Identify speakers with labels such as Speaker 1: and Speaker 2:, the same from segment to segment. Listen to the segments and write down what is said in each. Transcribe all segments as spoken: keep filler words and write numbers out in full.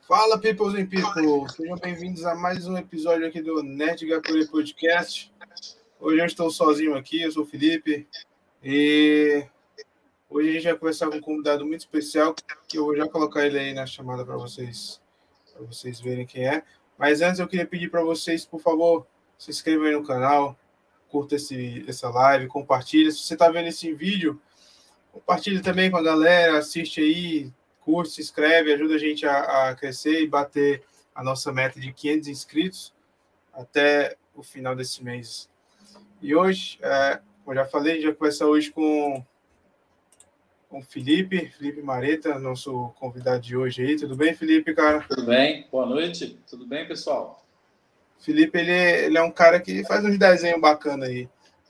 Speaker 1: Fala, peoples and people! Sejam bem-vindos a mais um episódio aqui do Nerd Gatorade Podcast. Hoje eu estou sozinho aqui, eu sou o Felipe, e hoje a gente vai conversar com um convidado muito especial, que eu vou já colocar ele aí na chamada para vocês, para vocês verem quem é. Mas antes eu queria pedir para vocês, por favor, se inscrevam aí no canal, curta esse, essa live, compartilha. Se você está vendo esse vídeo, compartilha também com a galera, assiste aí, curte, se inscreve, ajuda a gente a, a crescer e bater a nossa meta de quinhentos inscritos até o final desse mês. E hoje, é, como eu já falei, a gente vai conversar hoje com, com o Felipe, Felipe Mareta, nosso convidado de hoje aí. Tudo bem, Felipe, cara?
Speaker 2: Tudo bem, boa noite. Tudo bem, pessoal?
Speaker 1: Felipe, ele, ele é um cara que faz uns desenhos bacanas aí.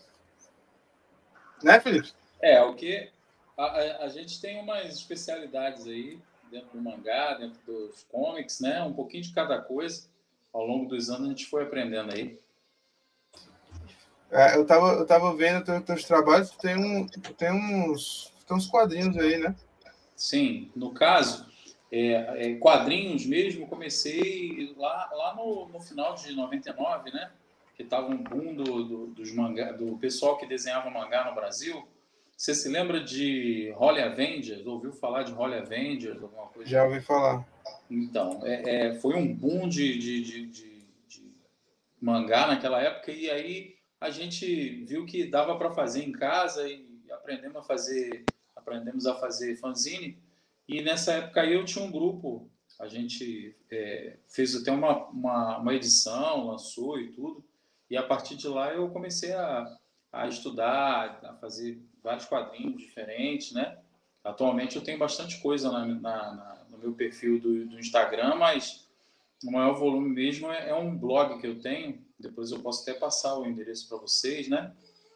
Speaker 1: Né, Felipe?
Speaker 2: É, o que a, a, a gente tem umas especialidades aí dentro do mangá, dentro dos comics, né? Um pouquinho de cada coisa. Ao longo dos anos a gente foi aprendendo aí.
Speaker 1: É, eu tava, eu tava vendo teus, teus trabalhos, tem, um, tem, uns, tem uns quadrinhos aí, né?
Speaker 2: Sim, no caso, é, é, quadrinhos mesmo, comecei lá, lá no, no final de noventa e nove, né? Que tava um boom do, do, dos mangá, do pessoal que desenhava mangá no Brasil. Você se lembra de Holly Avengers? Ouviu falar de Holly Avengers? Alguma coisa?
Speaker 1: Já ouvi falar.
Speaker 2: Então, é, é, foi um boom de, de, de, de, de mangá naquela época, e aí a gente viu que dava para fazer em casa e aprendemos a fazer, aprendemos a fazer fanzine. E nessa época aí eu tinha um grupo, a gente é, fez até uma, uma, uma edição, lançou e tudo, e a partir de lá eu comecei a, a estudar, a fazer vários quadrinhos diferentes, né? Atualmente eu tenho bastante coisa na, na, na, no meu perfil do, do Instagram, mas o maior volume mesmo é, é um blog que eu tenho. Depois eu posso até passar o endereço para vocês, né?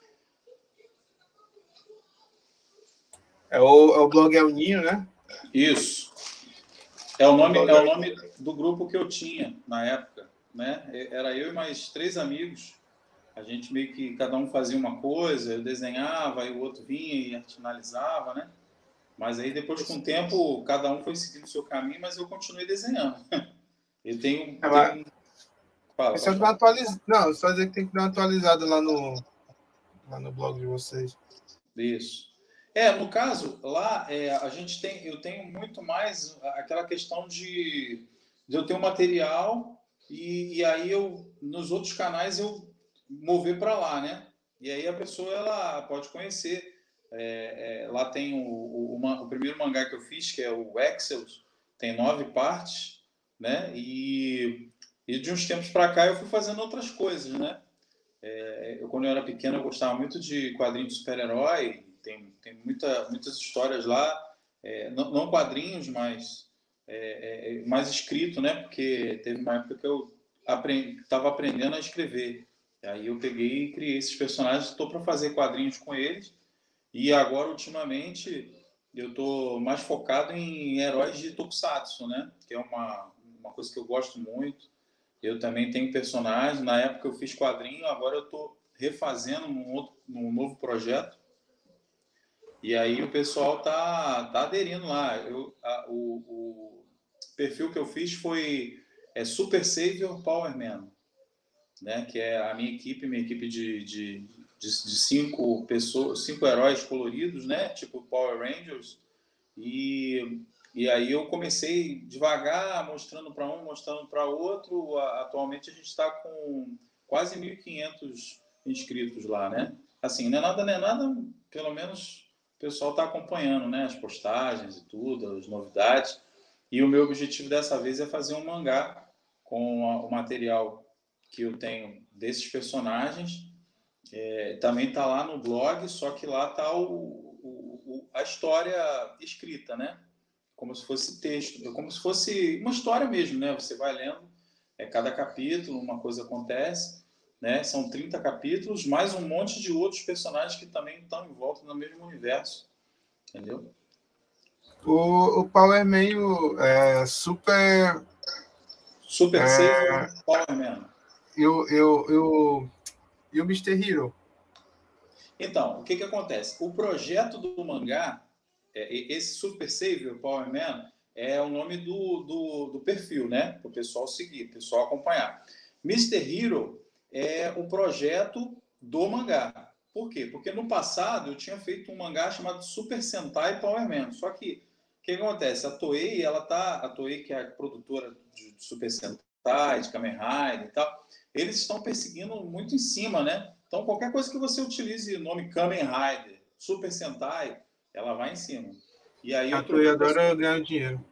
Speaker 1: É o, é o blog É o Ninho, né?
Speaker 2: Isso. É o nome, é o nome do grupo que eu tinha na época, né? Era eu e mais três amigos. A gente meio que cada um fazia uma coisa, eu desenhava, aí o outro vinha e finalizava, né? Mas aí depois, com o tempo, cada um foi seguindo o seu caminho, mas eu continuei desenhando. Eu tenho...
Speaker 1: É,
Speaker 2: tenho... Fala,
Speaker 1: Só
Speaker 2: fala.
Speaker 1: atualiz... Não, só dizer que tem que dar uma atualizada lá no, lá no blog de vocês.
Speaker 2: Isso. É, no caso, lá é, a gente tem, eu tenho muito mais aquela questão de, de eu ter um material e, e aí eu, nos outros canais, eu mover para lá, né? E aí a pessoa, ela pode conhecer. É, é, lá tem o, o, uma, o primeiro mangá que eu fiz, que é o Exels, tem nove partes, né? E, e de uns tempos para cá eu fui fazendo outras coisas, né? É, eu, quando eu era pequeno, eu gostava muito de quadrinhos de super-herói. Tem, tem muita, muitas histórias lá, é, não, não quadrinhos, mas é, é, mais escrito, né? Porque teve uma época que eu estava aprendendo a escrever. Aí eu peguei e criei esses personagens, estou para fazer quadrinhos com eles. E agora, ultimamente, eu estou mais focado em heróis de Tokusatsu, né? Que é uma, uma coisa que eu gosto muito. Eu também tenho personagens. Na época eu fiz quadrinho, agora eu estou refazendo num, outro, num novo projeto. E aí o pessoal tá, tá aderindo lá. Eu, a, o, o perfil que eu fiz foi é, Super Savior Power Man, né? Que é a minha equipe, minha equipe de, de, de, de cinco pessoas, cinco heróis coloridos, né? Tipo Power Rangers. E, e aí eu comecei devagar, mostrando para um, mostrando para outro. Atualmente a gente está com quase mil e quinhentos inscritos lá, né? Assim, não é nada, não é nada, pelo menos o pessoal está acompanhando, né? As postagens e tudo, as novidades. E o meu objetivo dessa vez é fazer um mangá com o material que eu tenho desses personagens. É, também está lá no blog, só que lá está o, o, a história escrita, né? Como se fosse texto, como se fosse uma história mesmo, né? Você vai lendo, é, cada capítulo, uma coisa acontece, né? São trinta capítulos, mais um monte de outros personagens que também estão em volta no mesmo universo, entendeu?
Speaker 1: O, o Power Man, o, é, super...
Speaker 2: Super
Speaker 1: é,
Speaker 2: Savior Power Man.
Speaker 1: E o, eu, eu, e o mister Hero?
Speaker 2: Então, o que que acontece? O projeto do mangá, é, esse Super Savior Power Man, é o nome do, do, do perfil, né? Para o pessoal seguir, o pessoal acompanhar. mister Hero é o projeto do mangá. Por quê? Porque no passado eu tinha feito um mangá chamado Super Sentai Power Man. Só que o que acontece? A Toei, ela tá, a Toei, que é a produtora de Super Sentai, de Kamen Rider e tal, eles estão perseguindo muito em cima, né? Então, qualquer coisa que você utilize o nome Kamen Rider, Super Sentai, ela vai em cima. E aí
Speaker 1: A
Speaker 2: eu
Speaker 1: Toei
Speaker 2: procuro...
Speaker 1: adora ganhar dinheiro.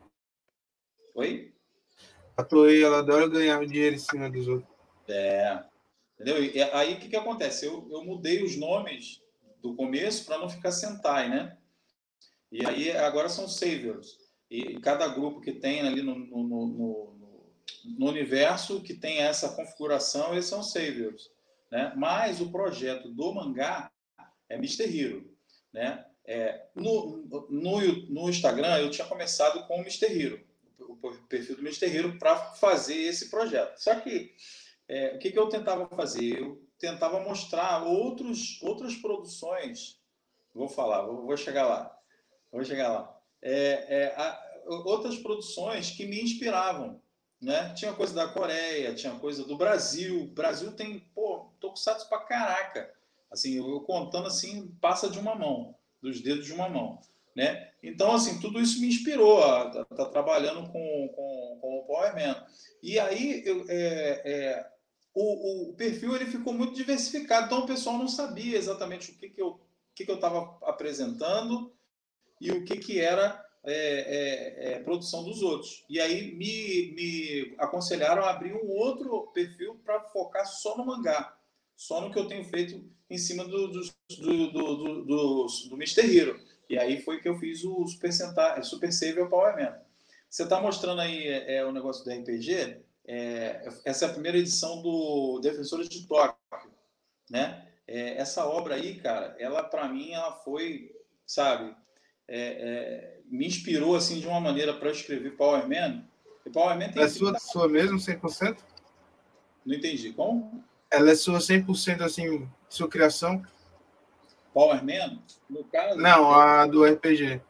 Speaker 2: Oi?
Speaker 1: A Toei, ela adora ganhar dinheiro em cima dos outros.
Speaker 2: É. Entendeu? E aí o que, que acontece? Eu, eu mudei os nomes do começo para não ficar Sentai, né? E aí agora são Saviors. E cada grupo que tem ali no, no, no, no universo que tem essa configuração, eles são Saviors. Né? Mas o projeto do mangá é mister Hero. Né? É, no, no, no Instagram eu tinha começado com o mister Hero, o perfil do mister Hero, para fazer esse projeto. Só que é, o que, que eu tentava fazer? Eu tentava mostrar outros, outras produções. Vou falar, vou, vou chegar lá. Vou chegar lá. É, é, a, outras produções que me inspiravam. Né? Tinha coisa da Coreia, tinha coisa do Brasil. O Brasil tem, pô, tokusatsu pra caraca. Assim, eu contando assim, passa de uma mão, dos dedos de uma mão. Né? Então, assim, tudo isso me inspirou a estar tá, tá trabalhando com, com, com o Power Man. E aí, eu, é, é, o, o perfil ele ficou muito diversificado, então o pessoal não sabia exatamente o que, que eu que, que eu estava apresentando e o que, que era é, é, é, produção dos outros. E aí me, me aconselharam a abrir um outro perfil para focar só no mangá, só no que eu tenho feito em cima do, do, do, do, do, do, do mister Hero. E aí foi que eu fiz o Super, Sentai, Super Savior Power Man. Você está mostrando aí é, o negócio do R P G? É, essa é a primeira edição do Defensores de Tóquio, né? É, essa obra aí, cara, ela para mim ela foi, sabe, é, é, me inspirou assim de uma maneira para escrever Power Man. E Power Man
Speaker 1: Ela
Speaker 2: tem
Speaker 1: é sua,
Speaker 2: trinta...
Speaker 1: sua mesmo, cem por cento?
Speaker 2: Não entendi. Como?
Speaker 1: Ela é sua cem por cento, assim, sua criação?
Speaker 2: Power Man, no caso,
Speaker 1: Não,
Speaker 2: é...
Speaker 1: a do R P G.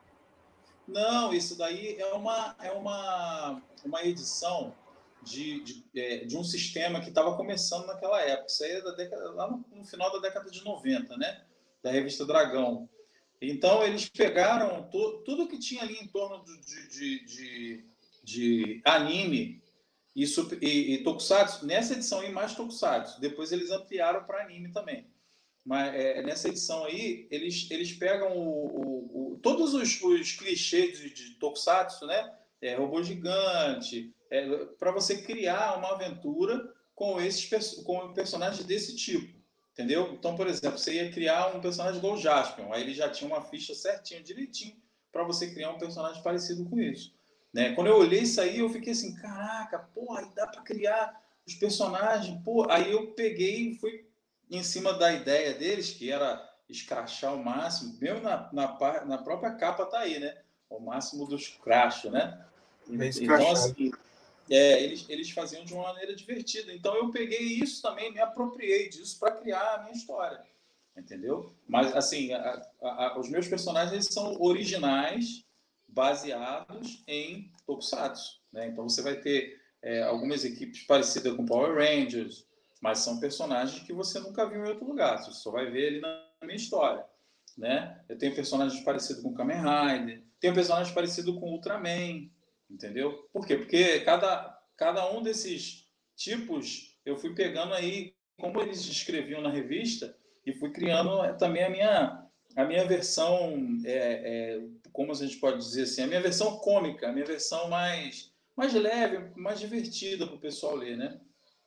Speaker 2: não, isso daí é uma é uma uma edição de, de, é, de um sistema que estava começando naquela época. Isso aí é da década, lá no, no final da década de noventa, né? Da revista Dragão. Então, eles pegaram tu, tudo que tinha ali em torno de, de, de, de anime e, super, e, e tokusatsu, nessa edição aí, mais tokusatsu. Depois eles ampliaram para anime também. Mas é, nessa edição aí, eles, eles pegam o, o, o, todos os, os clichês de, de tokusatsu, né? É, robô gigante, é, para você criar uma aventura com, esses, com personagens desse tipo. Entendeu? Então, por exemplo, você ia criar um personagem igual o Jaspion, aí ele já tinha uma ficha certinha, direitinho, para você criar um personagem parecido com isso. Né? Quando eu olhei isso aí, eu fiquei assim, caraca, porra, aí dá para criar os personagens, pô. Aí eu peguei e fui em cima da ideia deles, que era escrachar o máximo, mesmo na, na, na própria capa tá aí, né? O máximo dos crachos, né?
Speaker 1: Bem
Speaker 2: Então,
Speaker 1: escrachado.
Speaker 2: assim, é, eles, eles faziam de uma maneira divertida. Então, eu peguei isso também, me apropriei disso para criar a minha história, entendeu? Mas, assim, a, a, a, os meus personagens eles são originais, baseados em tokusatsu, né? Então, você vai ter é, algumas equipes parecidas com Power Rangers, mas são personagens que você nunca viu em outro lugar, você só vai ver ali na minha história, né? Eu tenho personagens parecidos com Kamen Rider, tenho personagens parecidos com Ultraman, entendeu? Por quê? Porque cada, cada um desses tipos eu fui pegando aí, como eles escreviam na revista, e fui criando também a minha, a minha versão, é, é, como a gente pode dizer assim, a minha versão cômica, a minha versão mais, mais leve, mais divertida para o pessoal ler, né?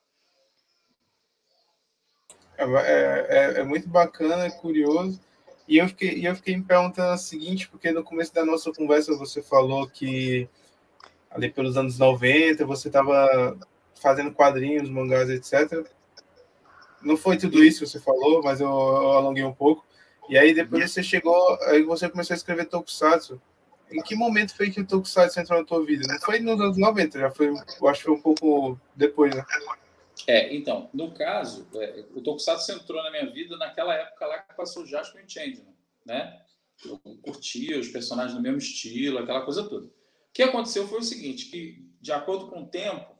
Speaker 1: É, é, é muito bacana, é curioso. E eu fiquei, eu fiquei me perguntando o seguinte, porque no começo da nossa conversa você falou que ali pelos anos noventa você estava fazendo quadrinhos, mangás, etcétera. Não foi tudo isso que você falou, mas eu, eu alonguei um pouco. E aí depois você chegou, aí você começou a escrever Tokusatsu. Em que momento foi que o Tokusatsu entrou na tua vida? Não foi nos anos noventa, já foi, eu acho que foi um pouco depois, né?
Speaker 2: É, então, no caso, é, o Tokusatsu entrou na minha vida naquela época lá que passou o Jaspion e Changeman, né? Eu curtia os personagens do mesmo estilo, aquela coisa toda. O que aconteceu foi o seguinte, que de acordo com o tempo,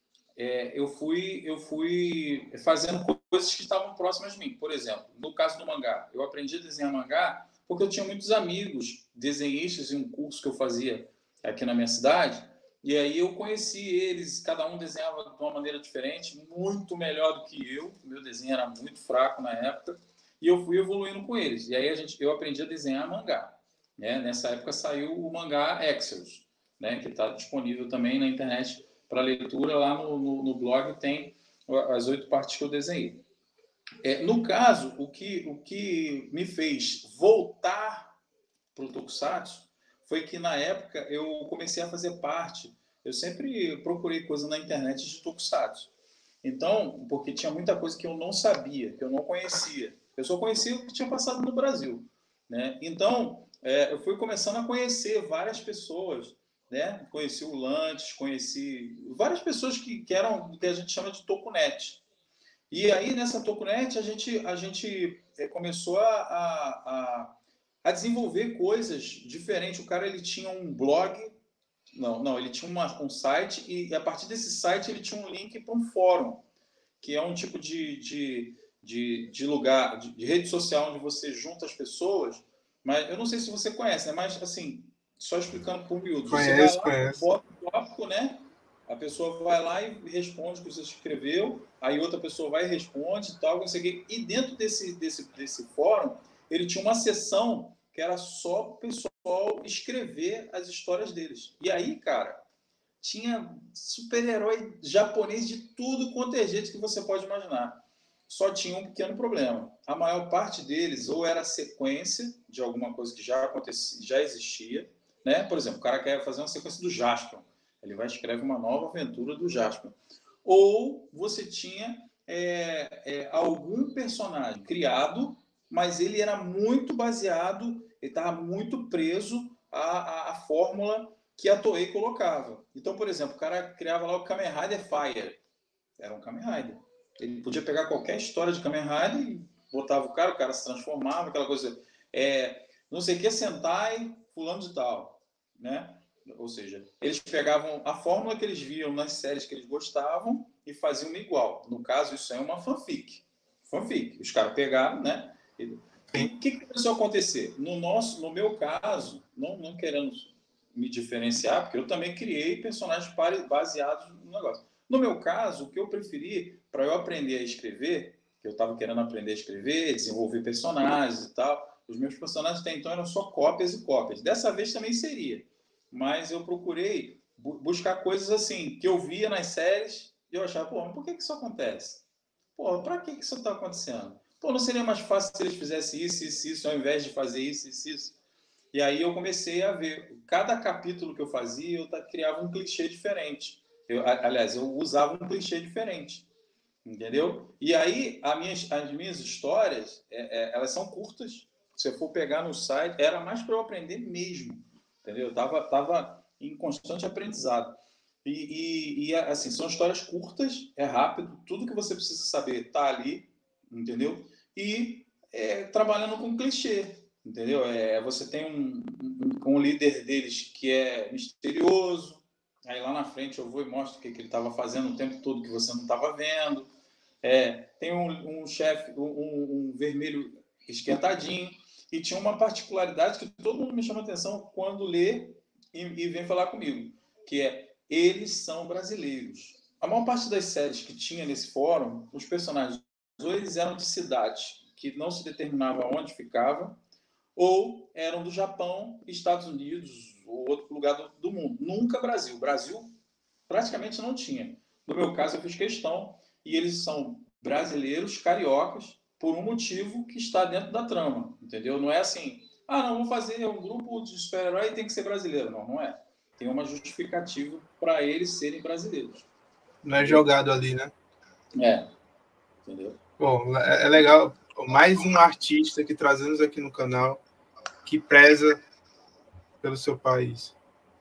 Speaker 2: é, eu, fui, eu fui fazendo coisas que estavam próximas de mim. Por exemplo, no caso do mangá, eu aprendi a desenhar mangá porque eu tinha muitos amigos desenhistas em um curso que eu fazia aqui na minha cidade, e aí eu conheci eles, cada um desenhava de uma maneira diferente, muito melhor do que eu, o meu desenho era muito fraco na época, e eu fui evoluindo com eles. E aí a gente, eu aprendi a desenhar mangá. Né? Nessa época saiu o mangá Exels, né? Que está disponível também na internet para leitura. Lá no, no, no blog tem as oito partes que eu desenhei. É, no caso, o que, o que me fez voltar para o Tokusatsu foi que, na época, eu comecei a fazer parte. Eu sempre procurei coisa na internet de Tokusatsu. Então, porque tinha muita coisa que eu não sabia, que eu não conhecia. Eu só conhecia o que tinha passado no Brasil. Né? Então, é, eu fui começando a conhecer várias pessoas. Né? Conheci o Lantes, conheci várias pessoas que, que eram o que a gente chama de Tokunet. E aí, nessa Tokunet, a gente, a gente começou a, a, a desenvolver coisas diferentes. O cara ele tinha um blog, não, não ele tinha uma, um site, e a partir desse site ele tinha um link para um fórum, que é um tipo de, de, de, de lugar, de, de rede social onde você junta as pessoas. Mas eu não sei se você conhece, né? Mas assim, só explicando por miúdos. Você vai lá,
Speaker 1: conhece.
Speaker 2: bota o tópico, né? A pessoa vai lá e responde o que você escreveu, aí outra pessoa vai e responde e tal, conseguir. E dentro desse, desse, desse fórum, ele tinha uma seção que era só o pessoal escrever as histórias deles. E aí, cara, tinha super-herói japonês de tudo quanto é jeito que você pode imaginar. Só tinha um pequeno problema. A maior parte deles ou era sequência de alguma coisa que já acontecia, já existia, né? Por exemplo, o cara quer fazer uma sequência do Jaspion. Ele vai escrever uma nova aventura do Jaspion. Ou você tinha é, é, algum personagem criado, mas ele era muito baseado, ele estava muito preso à, à, à fórmula que a Toei colocava. Então, por exemplo, o cara criava lá o Kamen Rider Fire. Era um Kamen Rider. Ele podia pegar qualquer história de Kamen Rider e botava o cara, o cara se transformava, aquela coisa. É, não sei o que, Sentai, fulano de tal. Né? Ou seja, eles pegavam a fórmula que eles viam nas séries que eles gostavam e faziam uma igual. No caso, isso é uma fanfic. Fanfic. Os caras pegaram, né? O que, que começou a acontecer? No, nosso, no meu caso, não, não querendo me diferenciar, porque eu também criei personagens baseados no negócio. No meu caso, o que eu preferi, para eu aprender a escrever, que eu estava querendo aprender a escrever, desenvolver personagens e tal, os meus personagens até então eram só cópias e cópias. Dessa vez também seria. Mas eu procurei bu buscar coisas assim, que eu via nas séries e eu achava, pô, mas por que, que isso acontece? Pô, para que, que isso está acontecendo? Pô, não seria mais fácil se eles fizessem isso, isso, isso, ao invés de fazer isso, isso, isso? E aí eu comecei a ver, cada capítulo que eu fazia, eu criava um clichê diferente. Eu, aliás, eu usava um clichê diferente, entendeu? E aí a minha, as minhas histórias, é, é, elas são curtas. Se eu for pegar no site, era mais para eu aprender mesmo, entendeu? Eu tava, tava em constante aprendizado. E, e, e, assim, são histórias curtas, é rápido, tudo que você precisa saber está ali, entendeu? E é, trabalhando com clichê. Entendeu? É, você tem um, um, um líder deles que é misterioso, aí lá na frente eu vou e mostro o que, que ele estava fazendo o tempo todo que você não estava vendo. É, tem um, um chefe, um, um vermelho esquentadinho, e tinha uma particularidade que todo mundo me chama a atenção quando lê e, e vem falar comigo, que é, eles são brasileiros. A maior parte das séries que tinha nesse fórum, os personagens, ou eles eram de cidades que não se determinava onde ficava, ou eram do Japão, Estados Unidos, ou outro lugar do, do mundo. Nunca Brasil. Brasil praticamente não tinha. No meu caso, eu fiz questão, e eles são brasileiros, cariocas, por um motivo que está dentro da trama, entendeu? Não é assim, ah, não, vamos fazer um grupo de super-herói e tem que ser brasileiro. Não, não é. Tem uma justificativa para eles serem brasileiros.
Speaker 1: Não é jogado ali, né?
Speaker 2: É, entendeu?
Speaker 1: Bom, é legal. Mais um artista que trazemos aqui no canal que preza pelo seu país.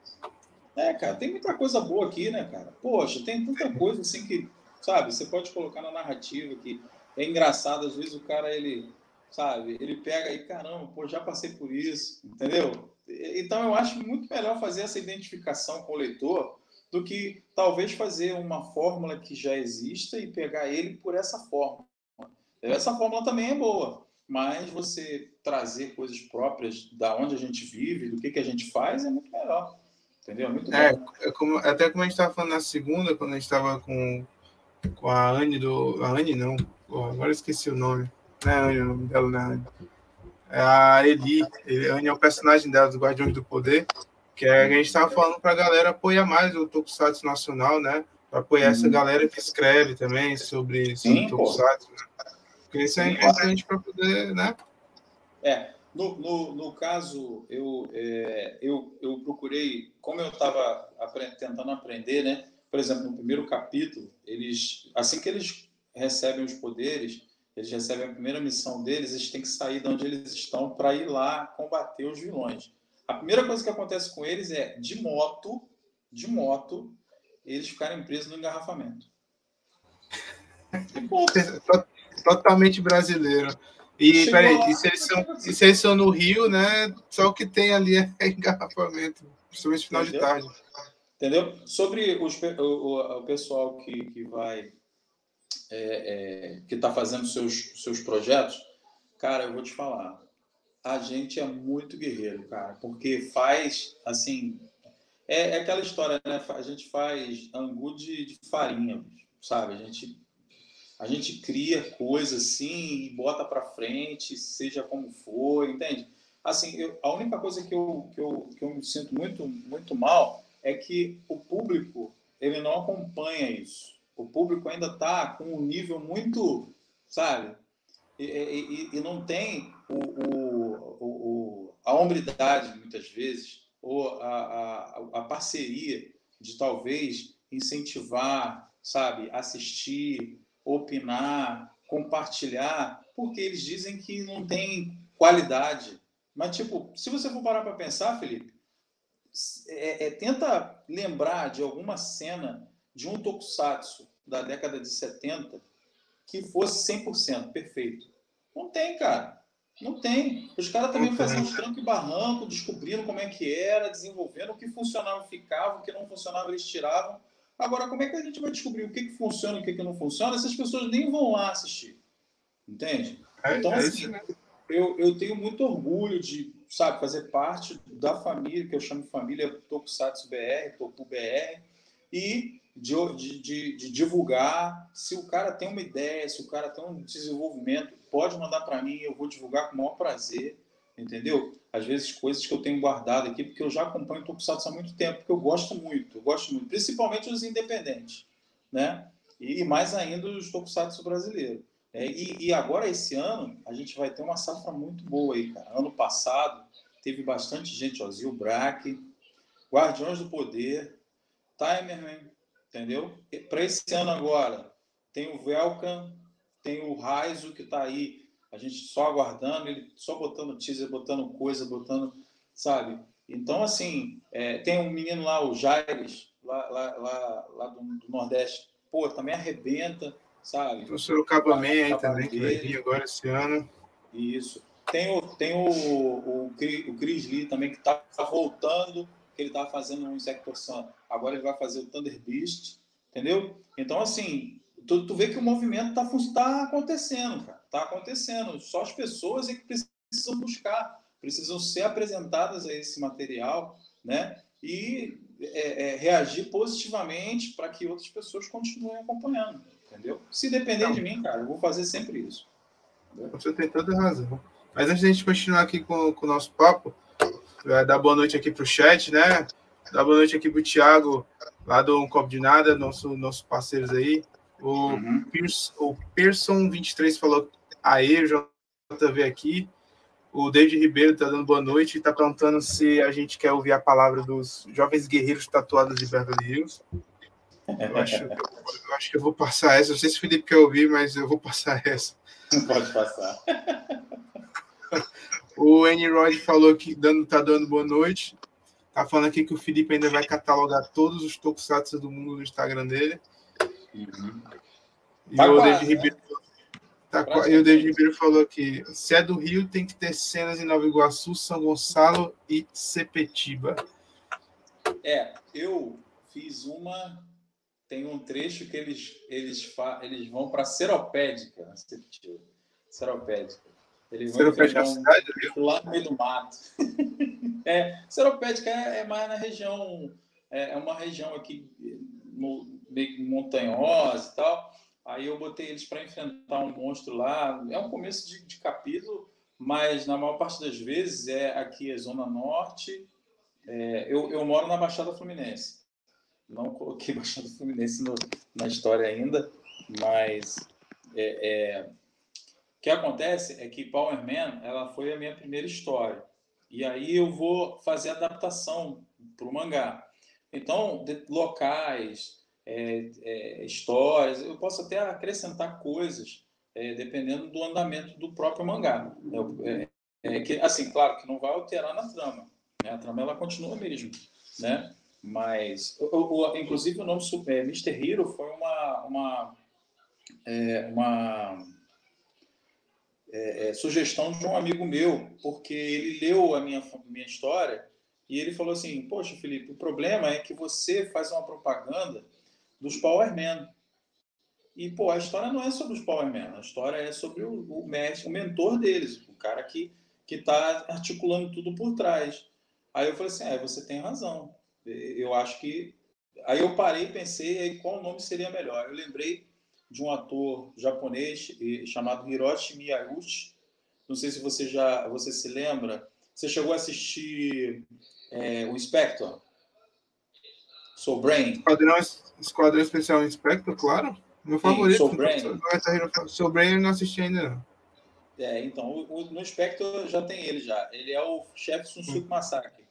Speaker 2: É, cara, tem muita coisa boa aqui, né, cara? Poxa, tem tanta coisa assim que, sabe, você pode colocar na narrativa que é engraçado, às vezes o cara, ele, sabe? Ele pega aí, caramba, pô, já passei por isso, entendeu? Então, eu acho muito melhor fazer essa identificação com o leitor do que talvez fazer uma fórmula que já exista e pegar ele por essa fórmula. Essa fórmula também é boa, mas você trazer coisas próprias da onde a gente vive, do que, que a gente faz, é muito melhor. Entendeu? É muito
Speaker 1: É,
Speaker 2: bom.
Speaker 1: é como, até como a gente estava falando na segunda, quando a gente estava com, com a Anne do. A Anne não, pô, agora eu esqueci o nome. Não é a Anne, o nome dela, não é a Anne. É a Eli. A Anne é o personagem dela, dos Guardiões do Poder, que é, a gente estava falando para a galera apoiar mais o Tokusatsu nacional, né? Para apoiar uhum. essa galera que escreve também sobre, sobre Tokusatsu, né? Porque isso é Sim, importante para poder, né?
Speaker 2: É, no, no, no caso, eu, é, eu, eu procurei, como eu estava apre- tentando aprender, né? Por exemplo, no primeiro capítulo, eles, assim que eles recebem os poderes, eles recebem a primeira missão deles, eles têm que sair de onde eles estão para ir lá combater os vilões. A primeira coisa que acontece com eles é, de moto, de moto, eles ficarem presos no engarrafamento.
Speaker 1: E ponto. Totalmente brasileiro. E, peraí, e, se eles são, e se eles são no Rio, né? Só o que tem ali é engarrafamento, principalmente final Entendeu? de tarde.
Speaker 2: Entendeu? Sobre os, o, o pessoal que, que vai, é, é, que está fazendo seus, seus projetos, cara, eu vou te falar, a gente é muito guerreiro, cara, porque faz, assim, é, é aquela história, né? A gente faz angu de, de farinha, sabe? A gente A gente cria coisa assim e bota para frente, seja como for, entende? Assim, eu, a única coisa que eu, que, eu, que eu me sinto muito, muito mal é que o público ele não acompanha isso. O público ainda está com um nível muito, sabe? E, e, e não tem o, o, o, a hombridade, muitas vezes, ou a, a, a parceria de talvez incentivar, sabe? Assistir, opinar, compartilhar, porque eles dizem que não tem qualidade. Mas, tipo, se você for parar para pensar, Felipe, é, é, tenta lembrar de alguma cena de um tokusatsu da década de setenta que fosse cem por cento perfeito. Não tem, cara. Não tem. Os caras também faziam uns trancos e barranco, descobrindo como é que era, desenvolvendo o que funcionava, ficava, o que não funcionava, eles tiravam. Agora, como é que a gente vai descobrir o que, que funciona e o que, que não funciona? Essas pessoas nem vão lá assistir. Entende?
Speaker 1: É,
Speaker 2: então,
Speaker 1: é
Speaker 2: assim, eu, eu tenho muito orgulho de, sabe, fazer parte da família, que eu chamo de família Tokusatsu B R, Toku B R, e de, de, de divulgar. Se o cara tem uma ideia, se o cara tem um desenvolvimento, pode mandar para mim, eu vou divulgar com o maior prazer. Entendeu? Às vezes coisas que eu tenho guardado aqui, porque eu já acompanho Tokusatsu há muito tempo, porque eu gosto muito, eu gosto muito, principalmente os independentes, né? E mais ainda os Tokusatsu brasileiros. É, e, e agora, esse ano, a gente vai ter uma safra muito boa aí, cara. Ano passado, teve bastante gente, ó, Zil Brack, Guardiões do Poder, Timerman, entendeu? Para esse ano agora, tem o Velkan, tem o Raizo, que está aí, a gente só aguardando, ele só botando teaser, botando coisa, botando, sabe? Então, assim, é, tem um menino lá, o Jaires, lá, lá, lá, lá do, do Nordeste, pô, também arrebenta, sabe?
Speaker 1: O Sorocaba Man aí também, que vai vir agora esse ano.
Speaker 2: Isso. Tem o, tem o, o, o Chris Lee também, que está voltando, que ele estava fazendo um Insector Sun. Agora ele vai fazer o Thunder Beast, entendeu? Então, assim, tu, tu vê que o movimento está tá acontecendo, cara. Está acontecendo. Só as pessoas é que precisam buscar, precisam ser apresentadas a esse material, né? E é, é, reagir positivamente para que outras pessoas continuem acompanhando, entendeu? Se depender Não. de mim, cara, eu vou fazer sempre isso.
Speaker 1: Você tem toda razão. Mas antes de a gente continuar aqui com, com o nosso papo, vai dar boa noite aqui para o chat, né? Dar boa noite aqui para o Thiago, lá do Um Copo de Nada, nosso, nossos parceiros aí. O, uhum. Pierce, o Pearson vinte e três falou aê, J V aqui. O David Ribeiro está dando boa noite e está perguntando se a gente quer ouvir a palavra dos jovens guerreiros tatuados de Beverly Hills. Eu acho, eu acho que eu vou passar essa. Não sei se o Felipe quer ouvir, mas eu vou passar essa.
Speaker 2: Pode passar.
Speaker 1: O N-Rod falou que dando, tá dando boa noite. Tá falando aqui que o Felipe ainda vai catalogar todos os tokusatsu do mundo no Instagram dele.
Speaker 2: Uhum.
Speaker 1: E tá o quase, David Ribeiro. Né? Tá, e o David Ribeiro falou aqui, se é do Rio, tem que ter cenas em Nova Iguaçu, São Gonçalo e Sepetiba.
Speaker 2: É, eu fiz uma... Tem um trecho que eles, eles, fa, eles vão para Seropédica. Seropédica. Eles vão
Speaker 1: Seropédica
Speaker 2: um,
Speaker 1: cidade do Rio?
Speaker 2: Lá no meio do mato. É, Seropédica é, é mais na região... É, é uma região aqui no, meio montanhosa e tal. Aí eu botei eles para enfrentar um monstro lá. É um começo de, de capítulo, mas na maior parte das vezes é aqui a Zona Norte. É, eu, eu moro na Baixada Fluminense. Não coloquei Baixada Fluminense no, na história ainda, mas é, é, o que acontece é que Power Man, ela foi a minha primeira história. E aí eu vou fazer a adaptação para o mangá. Então, de, locais, é, é, histórias, eu posso até acrescentar coisas, é, dependendo do andamento do próprio mangá. É, é, que, assim, claro que não vai alterar na trama, né? A trama ela continua mesmo, né? Mas, o, o, inclusive, o nome é, mister Hero foi uma, uma, é, uma é, é, sugestão de um amigo meu, porque ele leu a minha, minha história e ele falou assim, poxa, Felipe, o problema é que você faz uma propaganda dos Power Men. E, pô, a história não é sobre os Power Men, a história é sobre o, o mestre, o mentor deles, o cara que que está articulando tudo por trás. Aí eu falei assim, é, você tem razão. Eu acho que... Aí eu parei e pensei aí qual nome seria melhor. Eu lembrei de um ator japonês chamado Hiroshi Miyauchi. Não sei se você já você se lembra. Você chegou a assistir é, o Inspector? Soul Brain?
Speaker 1: Esquadrão, Esquadrão Especial Inspector, claro. Meu
Speaker 2: Sim,
Speaker 1: favorito.
Speaker 2: Soul Brain.
Speaker 1: Soul Brain eu não assisti ainda, não.
Speaker 2: É, então, o, o, no Inspector já tem ele já. Ele é o chefe Sunsuke Masaki.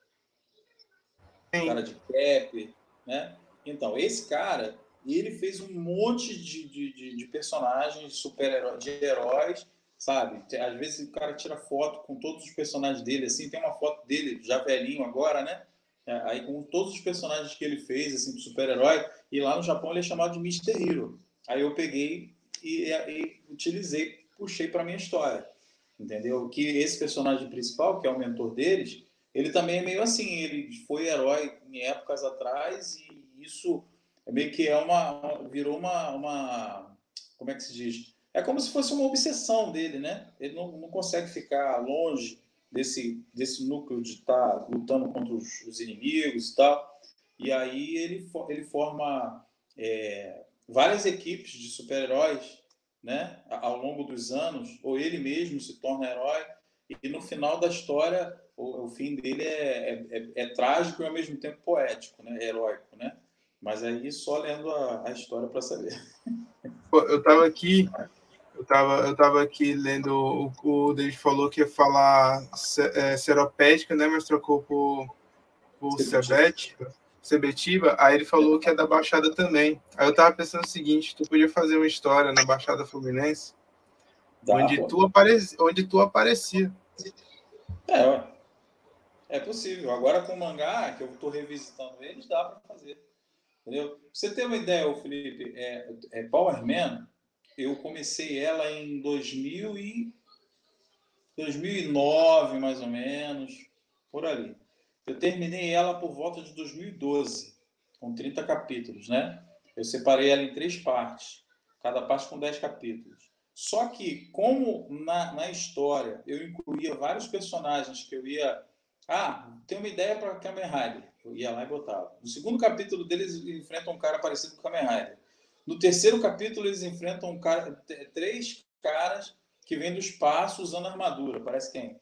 Speaker 2: O cara de cap, né? Então, esse cara, ele fez um monte de, de, de, de personagens super-heróis, de heróis, sabe? Às vezes o cara tira foto com todos os personagens dele, assim, tem uma foto dele já velhinho agora, né? Aí com todos os personagens que ele fez, assim, de super-herói, e lá no Japão ele é chamado de mister Hero. Aí eu peguei e, e utilizei, puxei para minha história, entendeu? Que esse personagem principal, que é o mentor deles, ele também é meio assim, ele foi herói em épocas atrás e isso é meio que é uma, virou uma, uma, como é que se diz? É como se fosse uma obsessão dele, né? Ele não, não consegue ficar longe desse, desse núcleo de estar lutando contra os, os inimigos e tal. E aí ele, ele forma é, várias equipes de super-heróis, né? Ao longo dos anos, ou ele mesmo se torna herói, e no final da história o, o fim dele é, é, é, é trágico e ao mesmo tempo poético, né? Heróico, né? Mas aí só lendo a, a história para saber.
Speaker 1: Pô, eu tava aqui, eu tava, eu tava aqui lendo o que o David falou que ia falar é, seropédica, né? Mas trocou por, por Sebet, Sebetiba. Aí ele falou que é da Baixada também. Aí eu tava pensando o seguinte: tu podia fazer uma história na Baixada Fluminense Dá, onde, tu apareci, onde tu aparecia.
Speaker 2: É, ué. É possível. Agora com o mangá, que eu estou revisitando eles, dá para fazer. Entendeu? Pra você ter uma ideia, Felipe, é, é Power Man, eu comecei ela em dois mil e... dois mil e nove, mais ou menos, por ali. Eu terminei ela por volta de dois mil e doze, com trinta capítulos, né? Eu separei ela em três partes, cada parte com dez capítulos. Só que, como na, na história eu incluía vários personagens que eu ia... Ah, tem uma ideia para Kamen Rider. Eu ia lá e botava. No segundo capítulo deles, eles enfrentam um cara parecido com Kamen Rider. No terceiro capítulo, eles enfrentam um cara, três caras que vêm do espaço usando armadura. Parece quem?